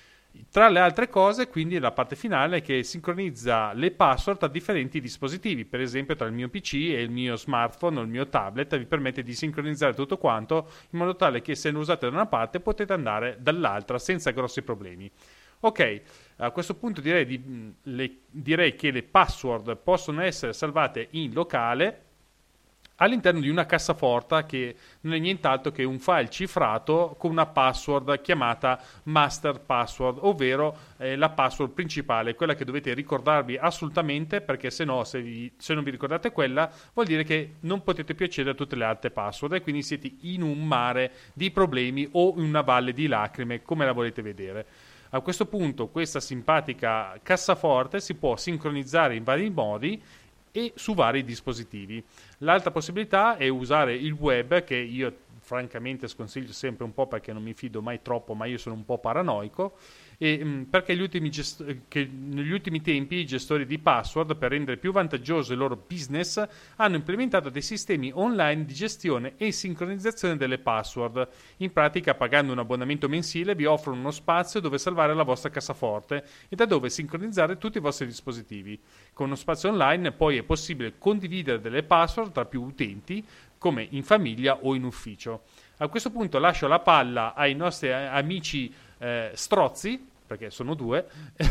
Tra le altre cose, quindi, la parte finale è che sincronizza le password tra differenti dispositivi, per esempio tra il mio P C e il mio smartphone o il mio tablet, vi permette di sincronizzare tutto quanto in modo tale che se lo usate da una parte potete andare dall'altra senza grossi problemi. Ok, a questo punto direi, di, le, direi che le password possono essere salvate in locale all'interno di una cassaforte che non è nient'altro che un file cifrato con una password chiamata master password, ovvero eh, la password principale, quella che dovete ricordarvi assolutamente, perché se no, se, vi, se non vi ricordate quella, vuol dire che non potete più accedere a tutte le altre password e quindi siete in un mare di problemi o in una valle di lacrime, come la volete vedere. A questo punto questa simpatica cassaforte si può sincronizzare in vari modi e su vari dispositivi. L'altra possibilità è usare il web, che io francamente sconsiglio sempre un po' perché non mi fido mai troppo, ma io sono un po' paranoico, e mh, perché gli ultimi gest- che negli ultimi tempi i gestori di password, per rendere più vantaggioso il loro business, hanno implementato dei sistemi online di gestione e sincronizzazione delle password. In pratica, pagando un abbonamento mensile, vi offrono uno spazio dove salvare la vostra cassaforte e da dove sincronizzare tutti i vostri dispositivi. Con uno spazio online poi è possibile condividere delle password tra più utenti, come in famiglia o in ufficio. A questo punto lascio la palla ai nostri amici eh, strozzi, perché sono due,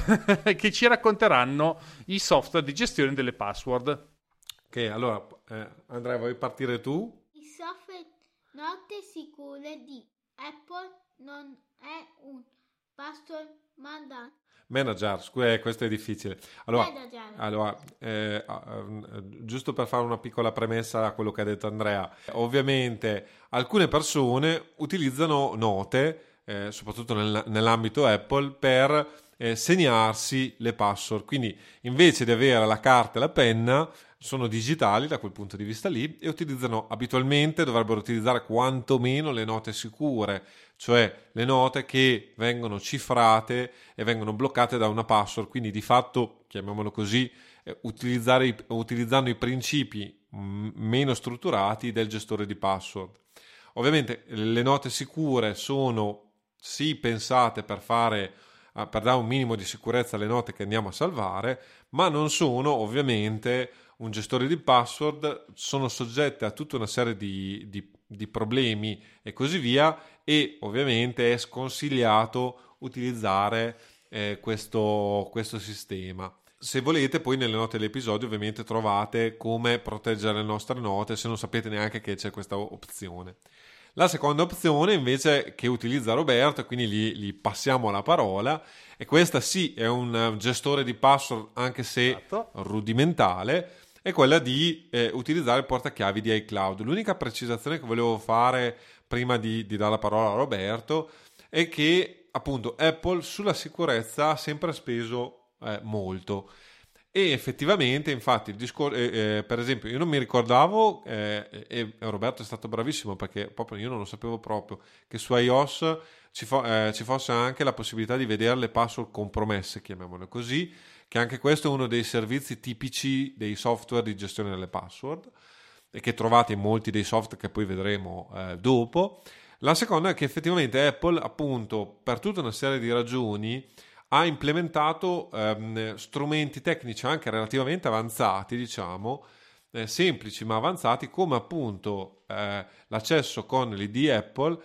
che ci racconteranno i software di gestione delle password. Ok, allora eh, Andrea, vuoi partire tu? Il software note sicure di Apple non è un password manager. Manager, scusa, questo è difficile. Allora, Manager. allora eh, eh, giusto per fare una piccola premessa a quello che ha detto Andrea, ovviamente alcune persone utilizzano note, eh, soprattutto nel, nell'ambito Apple, per eh, segnarsi le password. Quindi invece di avere la carta e la penna, sono digitali da quel punto di vista lì e utilizzano abitualmente, dovrebbero utilizzare quantomeno le note sicure, cioè le note che vengono cifrate e vengono bloccate da una password, quindi di fatto, chiamiamolo così, eh, utilizzare i, utilizzando i principi m- meno strutturati del gestore di password. Ovviamente le note sicure sono sì pensate per fare eh, per dare un minimo di sicurezza alle note che andiamo a salvare, ma non sono ovviamente un gestore di password, sono soggette a tutta una serie di, di, di problemi e così via, e ovviamente è sconsigliato utilizzare eh, questo, questo sistema. Se volete, poi nelle note dell'episodio ovviamente trovate come proteggere le nostre note se non sapete neanche che c'è questa opzione. La seconda opzione invece che utilizza Roberto, e quindi gli, gli passiamo la parola, e questa sì è un gestore di password anche se Esatto. rudimentale, è quella di eh, utilizzare il portachiavi di iCloud. L'unica precisazione che volevo fare prima di, di dare la parola a Roberto è che appunto Apple sulla sicurezza ha sempre speso eh, molto, e effettivamente infatti il discor- eh, eh, per esempio io non mi ricordavo eh, e Roberto è stato bravissimo perché proprio io non lo sapevo proprio che su iOS ci, fo- eh, ci fosse anche la possibilità di vedere le password compromesse, chiamiamole così, che anche questo è uno dei servizi tipici dei software di gestione delle password e che trovate in molti dei software che poi vedremo eh, dopo. La seconda è che effettivamente Apple, appunto, per tutta una serie di ragioni ha implementato ehm, strumenti tecnici anche relativamente avanzati, diciamo, eh, semplici ma avanzati, come appunto eh, l'accesso con l'I D Apple,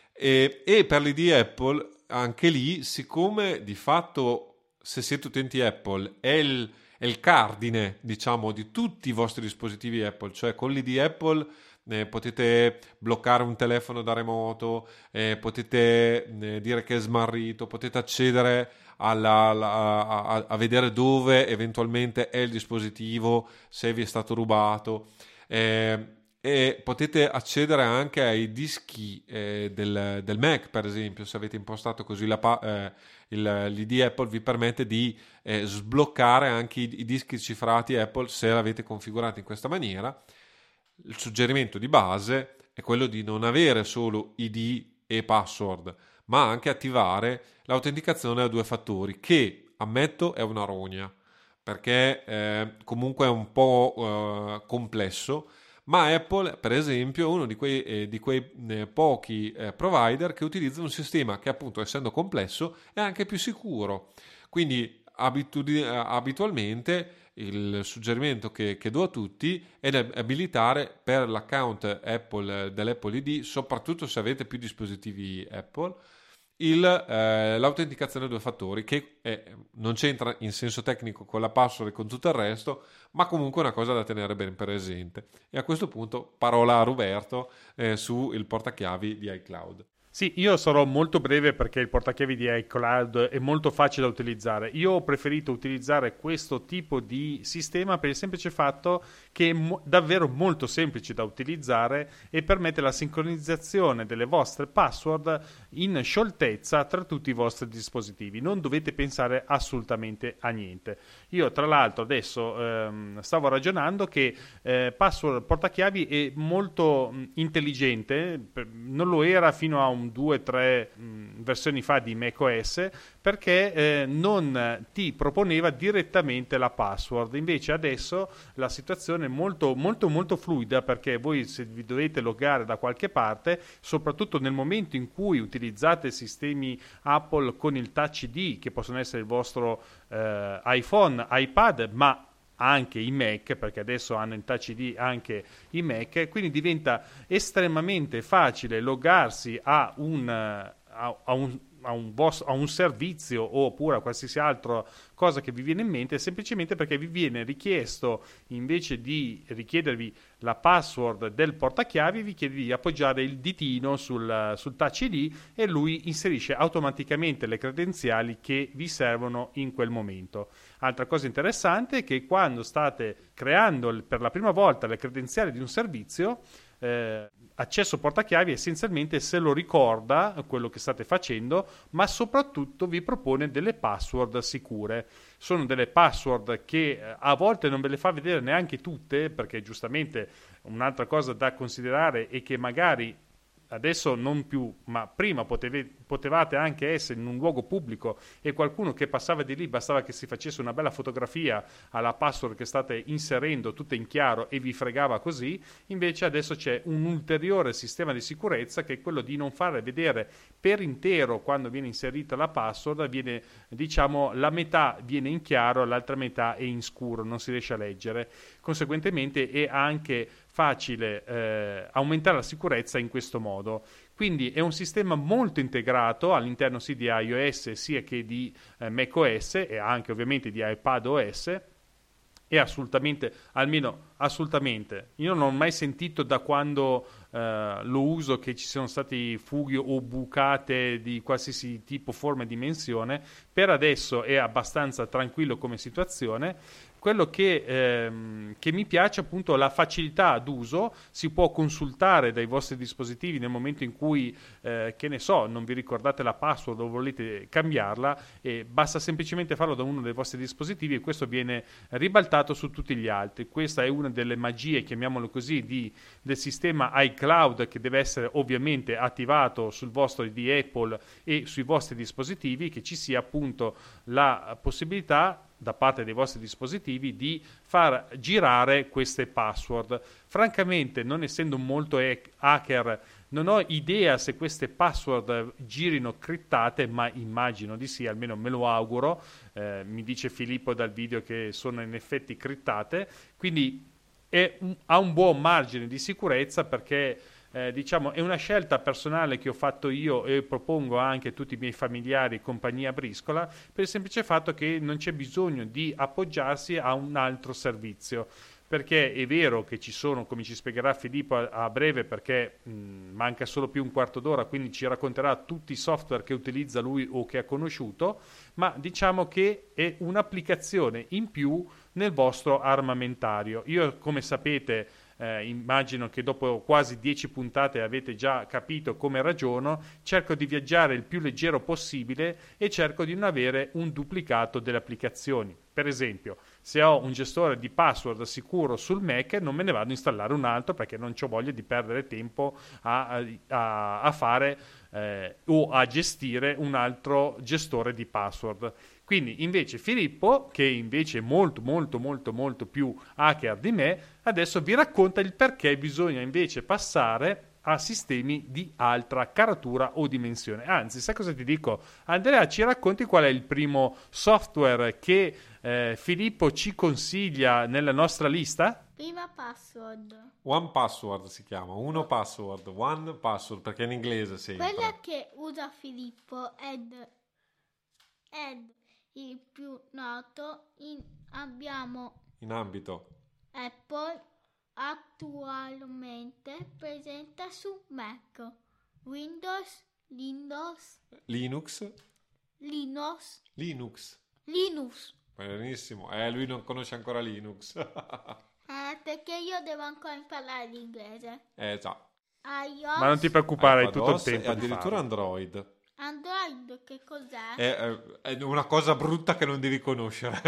e, e per l'I D Apple anche lì, siccome di fatto se siete utenti Apple è il, è il cardine, diciamo, di tutti i vostri dispositivi Apple, cioè con l'I D Apple eh, potete bloccare un telefono da remoto, eh, potete eh, dire che è smarrito, potete accedere alla, alla- a, a vedere dove eventualmente è il dispositivo, se vi è stato rubato. Eh, e potete accedere anche ai dischi eh, del, del Mac, per esempio, se avete impostato così la pa- eh, il, l'I D Apple vi permette di eh, sbloccare anche i, i dischi cifrati Apple se l'avete configurato in questa maniera. Il suggerimento di base è quello di non avere solo I D e password, ma anche attivare l'autenticazione a due fattori, che ammetto è una rogna, perché eh, comunque è un po' eh, complesso, ma Apple, per esempio, è uno di quei, eh, di quei eh, pochi eh, provider che utilizzano un sistema che, appunto, essendo complesso, è anche più sicuro. Quindi abitudi- eh, abitualmente il suggerimento che, che do a tutti è di abilitare per l'account Apple dell'Apple I D, soprattutto se avete più dispositivi Apple, il, eh, l'autenticazione a due fattori, che è, non c'entra in senso tecnico con la password e con tutto il resto, ma comunque è una cosa da tenere ben presente. E a questo punto parola a Roberto eh, su il portachiavi di iCloud. Sì, io sarò molto breve perché il portachiavi di iCloud è molto facile da utilizzare. Io ho preferito utilizzare questo tipo di sistema per il semplice fatto che è mo- davvero molto semplice da utilizzare e permette la sincronizzazione delle vostre password in scioltezza tra tutti i vostri dispositivi. Non dovete pensare assolutamente a niente. Io tra l'altro adesso ehm, stavo ragionando che eh, password portachiavi è molto mh, intelligente, per- non lo era fino a un due tre versioni fa di macOS, perché eh, non ti proponeva direttamente la password. Invece adesso la situazione è molto molto molto fluida, perché voi, se vi dovete loggare da qualche parte, soprattutto nel momento in cui utilizzate sistemi Apple con il Touch I D, che possono essere il vostro eh, iPhone, iPad, ma anche i Mac, perché adesso hanno in Touch I D anche i Mac, quindi diventa estremamente facile loggarsi a un, a, a un, a un, vostro, a un servizio oppure a qualsiasi altra cosa che vi viene in mente, semplicemente perché vi viene richiesto, invece di richiedervi la password del portachiavi, vi chiede di appoggiare il ditino sul, sul Touch I D e lui inserisce automaticamente le credenziali che vi servono in quel momento. Altra cosa interessante è che quando state creando per la prima volta le credenziali di un servizio, eh, accesso portachiavi essenzialmente se lo ricorda quello che state facendo, ma soprattutto vi propone delle password sicure. Sono delle password che eh, a volte non ve le fa vedere neanche tutte, perché giustamente un'altra cosa da considerare è che magari adesso non più, ma prima potevi, potevate anche essere in un luogo pubblico e qualcuno che passava di lì bastava che si facesse una bella fotografia alla password che state inserendo tutta in chiaro e vi fregava così. Invece adesso c'è un ulteriore sistema di sicurezza, che è quello di non fare vedere per intero quando viene inserita la password, viene, diciamo, la metà viene in chiaro, l'altra metà è in scuro, non si riesce a leggere. Conseguentemente è anche facile eh, aumentare la sicurezza in questo modo. Quindi è un sistema molto integrato all'interno sia di iOS sia che di eh, macOS e anche ovviamente di iPadOS. È assolutamente, almeno assolutamente, io non ho mai sentito da quando eh, lo uso che ci siano stati fughe o bucate di qualsiasi tipo, forma e dimensione. Per adesso è abbastanza tranquillo come situazione. Quello che, ehm, che mi piace appunto è la facilità d'uso. Si può consultare dai vostri dispositivi nel momento in cui, eh, che ne so, non vi ricordate la password o volete cambiarla, e basta semplicemente farlo da uno dei vostri dispositivi e questo viene ribaltato su tutti gli altri. Questa è una delle magie, chiamiamolo così, di, del sistema iCloud, che deve essere ovviamente attivato sul vostro I D Apple e sui vostri dispositivi, che ci sia appunto la possibilità da parte dei vostri dispositivi di far girare queste password. Francamente, non essendo molto hacker, non ho idea se queste password girino criptate, ma immagino di sì, almeno me lo auguro. Eh, mi dice Filippo dal video che sono in effetti criptate, quindi è un, ha un buon margine di sicurezza, perché Eh, diciamo è una scelta personale che ho fatto io e propongo anche a tutti i miei familiari e compagnia briscola, per il semplice fatto che non c'è bisogno di appoggiarsi a un altro servizio. perché è vero che ci sono, come ci spiegherà Filippo a, a breve, perché mh, manca solo più un quarto d'ora, quindi ci racconterà tutti i software che utilizza lui o che ha conosciuto, ma diciamo che è un'applicazione in più nel vostro armamentario. Io, come sapete, eh, immagino che dopo quasi dieci puntate avete già capito come ragiono, cerco di viaggiare il più leggero possibile e cerco di non avere un duplicato delle applicazioni. Per esempio, se ho un gestore di password sicuro sul Mac, non me ne vado a installare un altro perché non ho voglia di perdere tempo a, a, a fare eh, o a gestire un altro gestore di password. Quindi invece Filippo, che invece è molto molto molto molto più hacker di me, adesso vi racconta il perché bisogna invece passare a sistemi di altra caratura o dimensione. Anzi, sai cosa ti dico? Andrea, ci racconti qual è il primo software che eh, Filippo ci consiglia nella nostra lista? Prima password. One Password si chiama, uno password, one password, perché in inglese sempre. Quella che usa Filippo ed, ed il più noto in, abbiamo In ambito. Apple, attualmente presente su Mac, Windows, Linux, Linux. Linux, Linux. Linux. Benissimo. Eh, lui non conosce ancora Linux. Eh, perché io devo ancora imparare l'inglese. eh già. iOS, Ma non ti preoccupare, hai tutto il iPadOS tempo e di addirittura farlo. Android. Android, che cos'è? È, è una cosa brutta che non devi conoscere.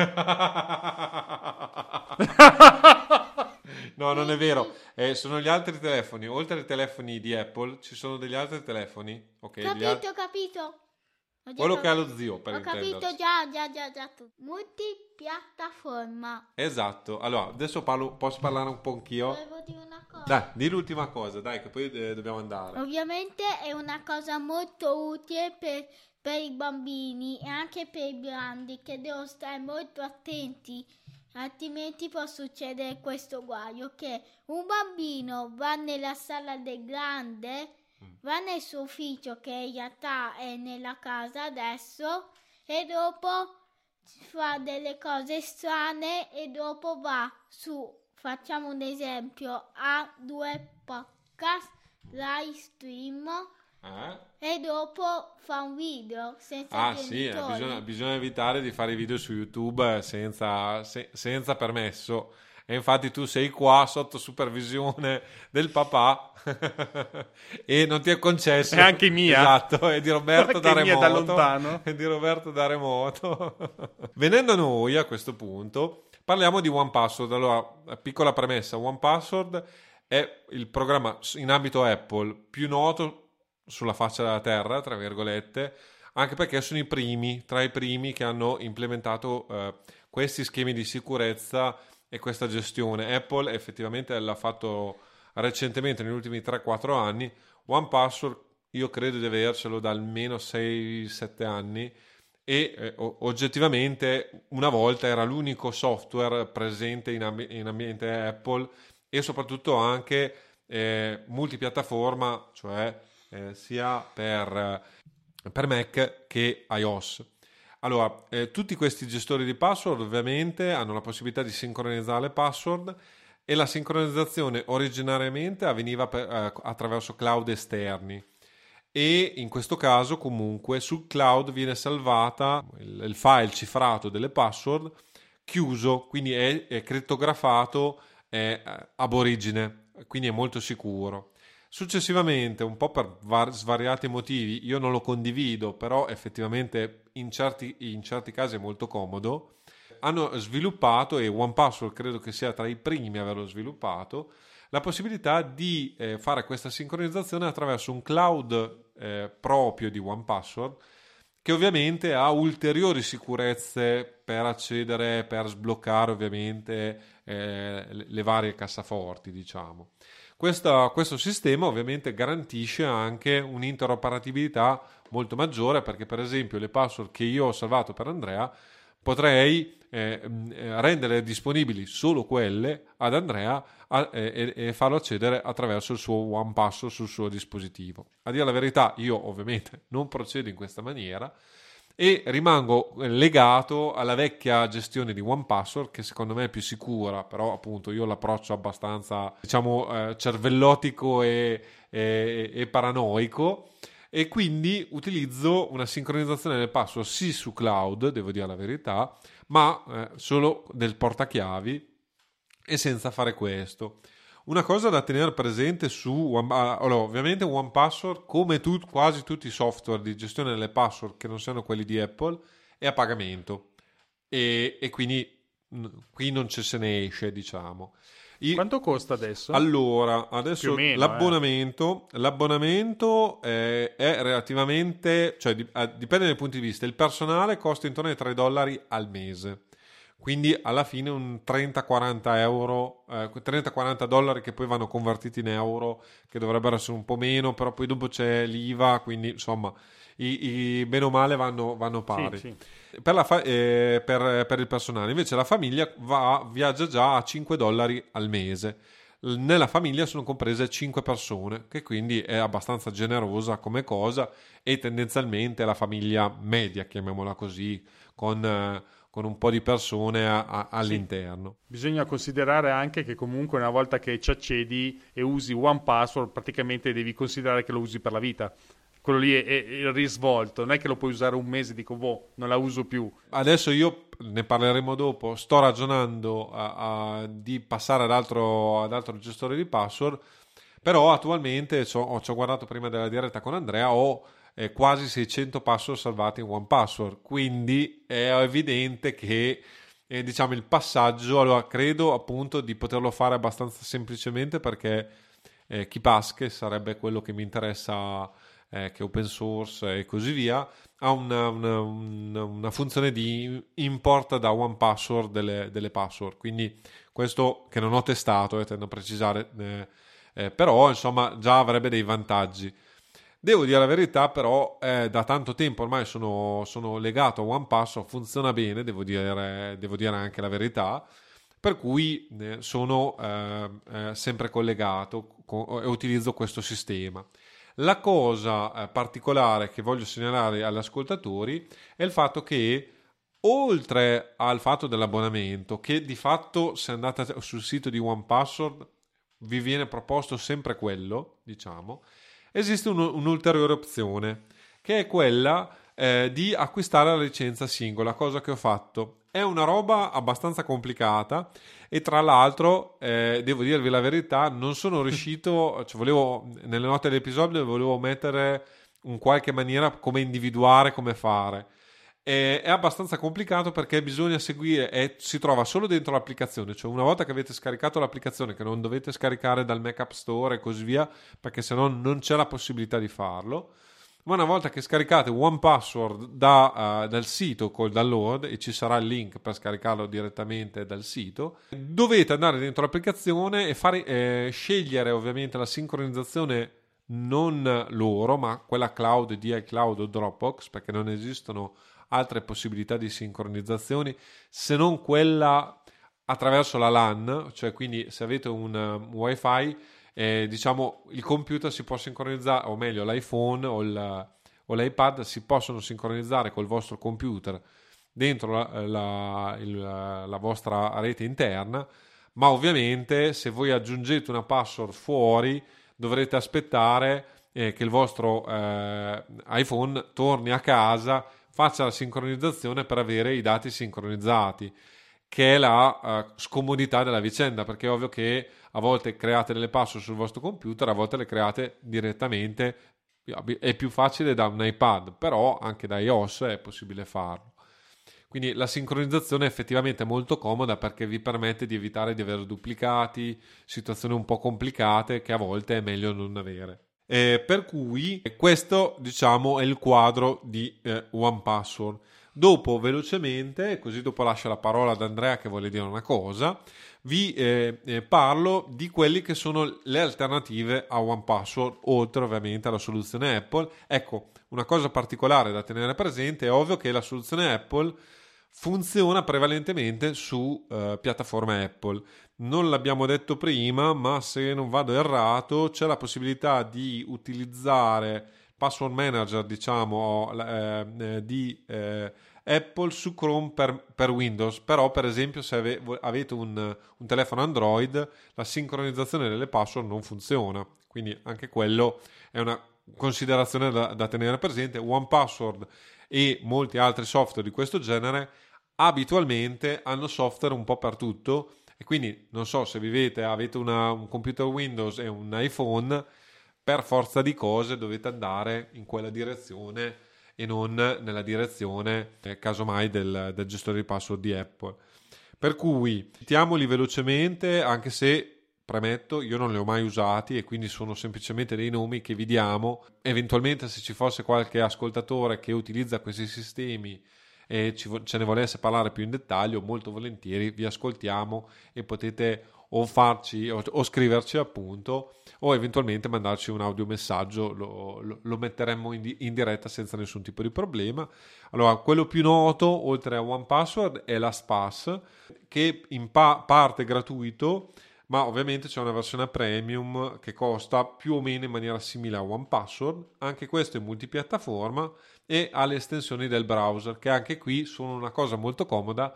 No, non è vero. Eh, sono gli altri telefoni. Oltre ai telefoni di Apple, ci sono degli altri telefoni. Ok, gli Capito, altri- ho capito. Ho già quello cap- che ha lo zio, per Ho capito intenderci. già, già, già, già tutto. Multipiattaforma. Esatto. Allora, adesso parlo, posso parlare un po' anch'io? Volevo dire una cosa. Dai, di l'ultima cosa, dai, che poi eh, dobbiamo andare. Ovviamente è una cosa molto utile per, per i bambini e anche per i grandi, che devono stare molto attenti, altrimenti può succedere questo guaio, che un bambino va nella sala del grande, va nel suo ufficio, che in realtà è nella casa adesso, e dopo fa delle cose strane e dopo va su, facciamo un esempio, a due podcast live stream Eh? e dopo fa un video senza Ah sì, eh, genitori. bisogna, bisogna evitare di fare i video su YouTube eh, senza, se- senza permesso. E infatti tu sei qua sotto supervisione del papà e non ti è concesso. E anche mia. Esatto, e di Roberto da Anche mia da remoto. lontano. E di Roberto da remoto. Venendo a noi a questo punto, parliamo di One Password. Allora, piccola premessa, One Password è il programma in ambito Apple più noto sulla faccia della terra, tra virgolette, anche perché sono i primi, tra i primi che hanno implementato eh, questi schemi di sicurezza e questa gestione. Apple effettivamente l'ha fatto recentemente, negli ultimi tre quattro anni. One Password io credo di avercelo da almeno sei sette anni e eh, oggettivamente una volta era l'unico software presente in, ambi- in ambiente Apple e soprattutto anche eh, multipiattaforma, cioè eh, sia per, per Mac che iOS. Allora, eh, tutti questi gestori di password ovviamente hanno la possibilità di sincronizzare le password e la sincronizzazione originariamente avveniva per, eh, attraverso cloud esterni e in questo caso comunque sul cloud viene salvata il, il file cifrato delle password chiuso, quindi è, è crittografato è, eh, ab origine, quindi è molto sicuro. Successivamente, un po' per var- svariati motivi, io non lo condivido, però effettivamente in certi, in certi casi è molto comodo, hanno sviluppato, e One Password credo che sia tra i primi a averlo sviluppato, la possibilità di eh, fare questa sincronizzazione attraverso un cloud eh, proprio di One Password, che ovviamente ha ulteriori sicurezze per accedere, per sbloccare ovviamente eh, le varie cassaforti, diciamo. Questo, questo sistema ovviamente garantisce anche un'interoperabilità molto maggiore, perché per esempio le password che io ho salvato per Andrea potrei eh, rendere disponibili solo quelle ad Andrea a, e, e farlo accedere attraverso il suo One Password sul suo dispositivo. A dire la verità, io ovviamente non procedo in questa maniera e rimango legato alla vecchia gestione di one password, che secondo me è più sicura, però appunto io l'approccio abbastanza, diciamo, eh, cervellotico e, e, e paranoico, e quindi utilizzo una sincronizzazione del password sì su cloud, devo dire la verità, ma eh, solo del portachiavi e senza fare questo. Una cosa da tenere presente su One, allora, ovviamente one password, come tu, quasi tutti i software di gestione delle password che non siano quelli di Apple, è a pagamento e, e quindi mh, qui non ci se ne esce, diciamo. I, Quanto costa adesso? Allora, adesso meno, l'abbonamento, eh. l'abbonamento è, è relativamente, cioè dipende dai punti di vista. Il personale costa intorno ai tre dollari al mese. Quindi alla fine un trenta quaranta euro, eh, trenta quaranta dollari che poi vanno convertiti in euro, che dovrebbero essere un po' meno, però poi dopo c'è l'I V A, quindi insomma i, i bene o male vanno, vanno pari. Sì, sì. Per, la fa- eh, per, per il personale invece la famiglia va, viaggia già a cinque dollari al mese. Nella famiglia sono comprese cinque persone, che quindi è abbastanza generosa come cosa, e tendenzialmente la famiglia media, chiamiamola così, con... Eh, con un po' di persone a, a, all'interno. Sì. Bisogna considerare anche che comunque una volta che ci accedi e usi one password, praticamente devi considerare che lo usi per la vita. Quello lì è, è il risvolto, non è che lo puoi usare un mese e dico, boh, non la uso più. Adesso io, ne parleremo dopo, sto ragionando a, a, di passare ad altro, ad altro gestore di password, però attualmente ci ho, ci ho guardato prima della diretta con Andrea, ho Eh, quasi seicento password salvati in one password, quindi è evidente che eh, diciamo il passaggio, allora credo appunto di poterlo fare abbastanza semplicemente, perché eh, KeePass, che sarebbe quello che mi interessa, eh, che è open source e così via, ha una, una, una, una funzione di import da one password delle, delle password, quindi questo che non ho testato, eh, tendo a precisare, eh, eh, però insomma già avrebbe dei vantaggi. Devo dire la verità, però, eh, da tanto tempo ormai sono, sono legato a one password, funziona bene, devo dire, devo dire anche la verità, per cui eh, sono eh, eh, sempre collegato co- e utilizzo questo sistema. La cosa eh, particolare che voglio segnalare agli ascoltatori è il fatto che, oltre al fatto dell'abbonamento, che di fatto se andate sul sito di one password vi viene proposto sempre quello, diciamo, esiste un, un'ulteriore opzione, che è quella eh, di acquistare la licenza singola, cosa che ho fatto. È una roba abbastanza complicata e tra l'altro, eh, devo dirvi la verità, non sono riuscito, cioè volevo, nelle note dell'episodio volevo mettere in qualche maniera come individuare, come fare. È abbastanza complicato perché bisogna seguire, e si trova solo dentro l'applicazione, cioè una volta che avete scaricato l'applicazione, che non dovete scaricare dal Mac App Store e così via, perché sennò non c'è la possibilità di farlo, ma una volta che scaricate one password da, uh, dal sito col download, e ci sarà il link per scaricarlo direttamente dal sito, dovete andare dentro l'applicazione e fare, eh, scegliere ovviamente la sincronizzazione non loro, ma quella cloud di iCloud o Dropbox, perché non esistono altre possibilità di sincronizzazioni se non quella attraverso la LAN, cioè quindi se avete un, un wifi, eh, diciamo il computer si può sincronizzare, o meglio l'iPhone o, il, o l'iPad si possono sincronizzare col vostro computer dentro la, la, il, la vostra rete interna, ma ovviamente se voi aggiungete una password fuori dovrete aspettare eh, che il vostro eh, iPhone torni a casa, faccia la sincronizzazione per avere i dati sincronizzati, che è la uh, scomodità della vicenda, perché è ovvio che a volte create delle password sul vostro computer, a volte le create direttamente, è più facile da un iPad, però anche da iOS è possibile farlo. Quindi la sincronizzazione è effettivamente molto comoda, perché vi permette di evitare di avere duplicati, situazioni un po' complicate che a volte è meglio non avere. Eh, per cui questo, diciamo, è il quadro di eh, one password. Dopo, velocemente, così dopo lascio la parola ad Andrea che vuole dire una cosa, vi eh, eh, parlo di quelli che sono le alternative a one password, oltre ovviamente alla soluzione Apple. Ecco, una cosa particolare da tenere presente è ovvio che la soluzione Apple funziona prevalentemente su eh, piattaforme Apple. Non l'abbiamo detto prima, ma se non vado errato c'è la possibilità di utilizzare password manager, diciamo, eh, eh, di eh, Apple su Chrome per, per Windows. Però, per esempio, se ave, avete un, un telefono Android, la sincronizzazione delle password non funziona, quindi anche quello è una considerazione da, da tenere presente. one password e molti altri software di questo genere abitualmente hanno software un po' per tutto, e quindi non so, se vivete, avete una, un computer Windows e un iPhone, per forza di cose dovete andare in quella direzione e non nella direzione eh, casomai del, del gestore di password di Apple. Per cui citiamoli velocemente, anche se premetto, io non li ho mai usati e quindi sono semplicemente dei nomi che vi diamo. Eventualmente, se ci fosse qualche ascoltatore che utilizza questi sistemi e ci, ce ne volesse parlare più in dettaglio, molto volentieri vi ascoltiamo e potete o farci o, o scriverci, appunto, o eventualmente mandarci un audiomessaggio, lo, lo, lo metteremmo in, di, in diretta senza nessun tipo di problema. Allora, quello più noto oltre a one password è LastPass, che in pa- parte è gratuito, ma ovviamente c'è una versione premium che costa più o meno in maniera simile a one password. Anche questo è multipiattaforma e ha le estensioni del browser, che anche qui sono una cosa molto comoda,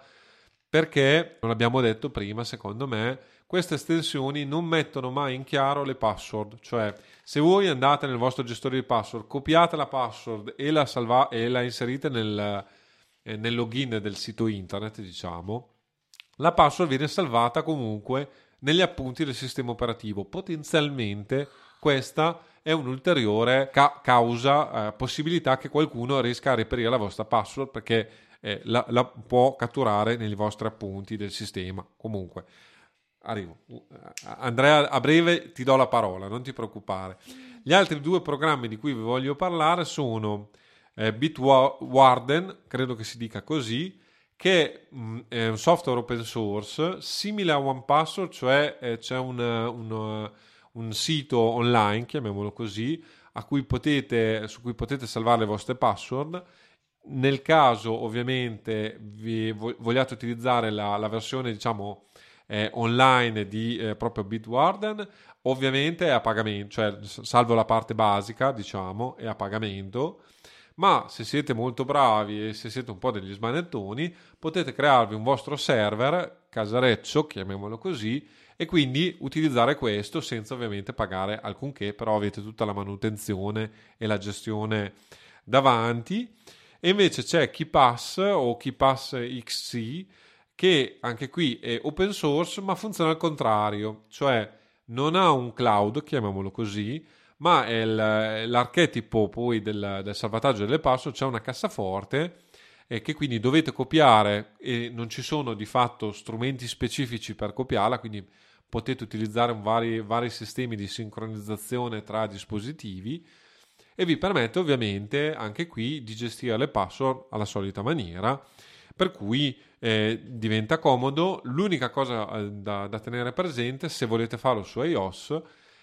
perché, non l'abbiamo detto prima, secondo me, queste estensioni non mettono mai in chiaro le password. Cioè, se voi andate nel vostro gestore di password, copiate la password e la, salva- e la inserite nel, eh, nel login del sito internet, diciamo, la password viene salvata comunque negli appunti del sistema operativo. Potenzialmente questa è un'ulteriore ca- causa, eh, possibilità che qualcuno riesca a reperire la vostra password, perché eh, la, la può catturare nei vostri appunti del sistema. Comunque, arrivo. Andrea, a breve ti do la parola, non ti preoccupare. Gli altri due programmi di cui vi voglio parlare sono eh, Bitwarden, credo che si dica così, che mh, è un software open source simile a one password, cioè eh, c'è un, un, un sito online, chiamiamolo così, a cui potete, su cui potete salvare le vostre password. Nel caso ovviamente vi vogliate utilizzare la, la versione, diciamo, eh, online di eh, proprio Bitwarden, ovviamente è a pagamento, cioè salvo la parte basica, diciamo, è a pagamento. Ma se siete molto bravi e se siete un po' degli smanettoni, potete crearvi un vostro server casareccio, chiamiamolo così, e quindi utilizzare questo senza ovviamente pagare alcunché, però avete tutta la manutenzione e la gestione davanti. E invece c'è KeePass o KeePass X C, che anche qui è open source ma funziona al contrario, cioè non ha un cloud, chiamiamolo così, ma è l'archetipo poi del, del salvataggio delle password. C'è una cassaforte e che quindi dovete copiare e non ci sono di fatto strumenti specifici per copiarla, quindi potete utilizzare un vari, vari sistemi di sincronizzazione tra dispositivi, e vi permette ovviamente anche qui di gestire le password alla solita maniera, per cui eh, diventa comodo. L'unica cosa eh, da, da tenere presente, se volete farlo su iOS,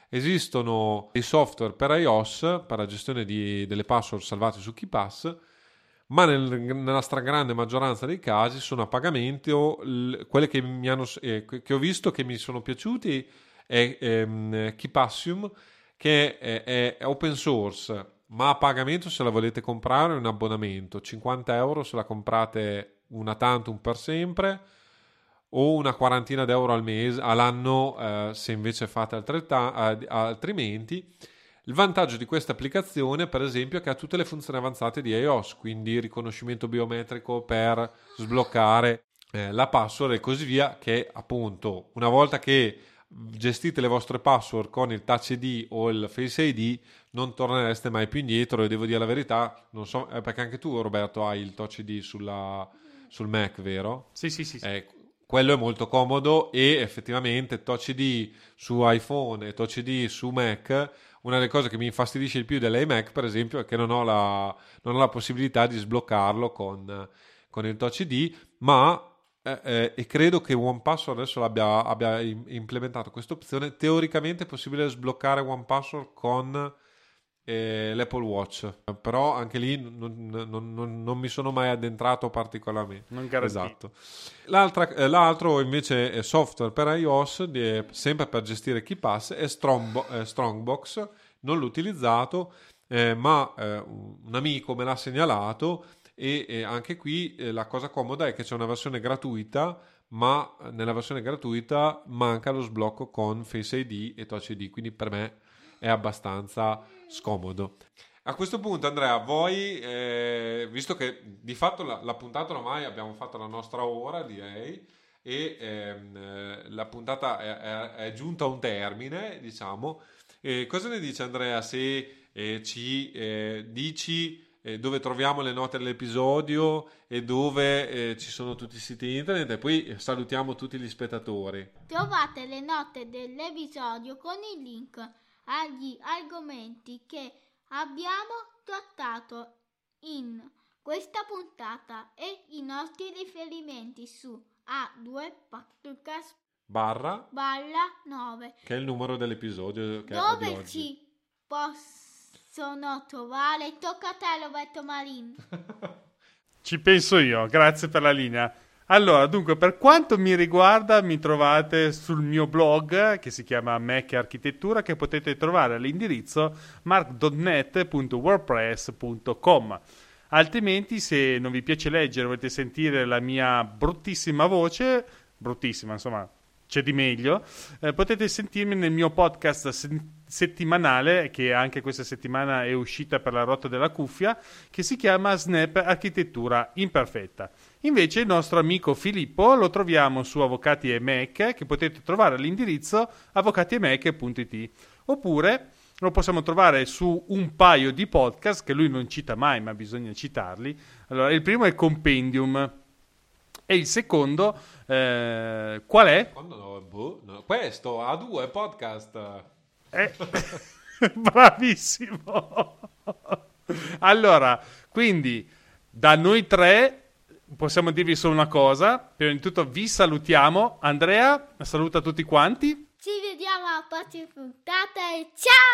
esistono dei software per iOS per la gestione di, delle password salvate su KeePass, ma nel, nella stragrande maggioranza dei casi sono a pagamento. L, quelle che, mi hanno, eh, che ho visto che mi sono piaciuti è ehm, KeePassium, che è, è, è open source, ma a pagamento se la volete comprare, è un abbonamento, cinquanta euro se la comprate una tantum per sempre, o una quarantina d'euro al mese, all'anno, eh, se invece fate altretta- eh, altrimenti. Il vantaggio di questa applicazione, per esempio, è che ha tutte le funzioni avanzate di iOS, quindi riconoscimento biometrico per sbloccare eh, la password e così via, che appunto una volta che gestite le vostre password con il Touch I D o il Face I D non tornereste mai più indietro. E devo dire la verità, non so, eh, perché anche tu, Roberto, hai il Touch I D sulla, sul Mac, vero? Sì, sì, sì, sì. Eh, quello è molto comodo, e effettivamente Touch I D su iPhone e Touch I D su Mac, una delle cose che mi infastidisce il più dell'iMac, per esempio, è che non ho la, non ho la possibilità di sbloccarlo con, con il Touch I D, ma eh, eh, e credo che one password adesso l'abbia, abbia implementato questa opzione. Teoricamente è possibile sbloccare one password con eh, l'Apple Watch, però anche lì non, non, non, non mi sono mai addentrato particolarmente. Non garantito. Esatto. L'altra, eh, l'altro invece è software per iOS, di, sempre per gestire KeePass, è Strongbo- eh, Strongbox. Non l'ho utilizzato, eh, ma eh, un amico me l'ha segnalato e, e anche qui eh, la cosa comoda è che c'è una versione gratuita, ma nella versione gratuita manca lo sblocco con Face I D e Touch I D, quindi per me è abbastanza scomodo. A questo punto, Andrea, voi, eh, visto che di fatto la, la puntata ormai abbiamo fatto la nostra ora, direi, e ehm, la puntata è, è, è giunta a un termine, diciamo, eh, cosa ne dice Andrea se eh, ci eh, dici eh, dove troviamo le note dell'episodio e dove eh, ci sono tutti i siti internet, e poi salutiamo tutti gli spettatori. Trovate le note dell'episodio con il link agli argomenti che abbiamo trattato in questa puntata e i nostri riferimenti su A due Podcast Barra barra nove, che è il numero dell'episodio che dove è di oggi. ci possono trovare. Tocca a te, Roberto Marin. Ci penso io, grazie per la linea. Allora, dunque, per quanto mi riguarda, mi trovate sul mio blog che si chiama Mac e Architettura, che potete trovare all'indirizzo mark punto net punto wordpress punto com. Altrimenti, se non vi piace leggere, volete sentire la mia bruttissima voce, bruttissima, insomma, c'è di meglio, eh, potete sentirmi nel mio podcast se- settimanale, che anche questa settimana è uscita per la rotta della cuffia, che si chiama Snap Architettura Imperfetta. Invece il nostro amico Filippo lo troviamo su Avvocati e Mac, che potete trovare all'indirizzo avvocati e mac punto it, oppure lo possiamo trovare su un paio di podcast che lui non cita mai, ma bisogna citarli. Allora, il primo è Compendium e il secondo eh, qual è? Quando no, boh, no. Questo A due Podcast. Eh, bravissimo. Allora, quindi da noi tre possiamo dirvi solo una cosa. Prima di tutto vi salutiamo. Andrea, saluta tutti quanti. Ci vediamo alla prossima puntata e ciao!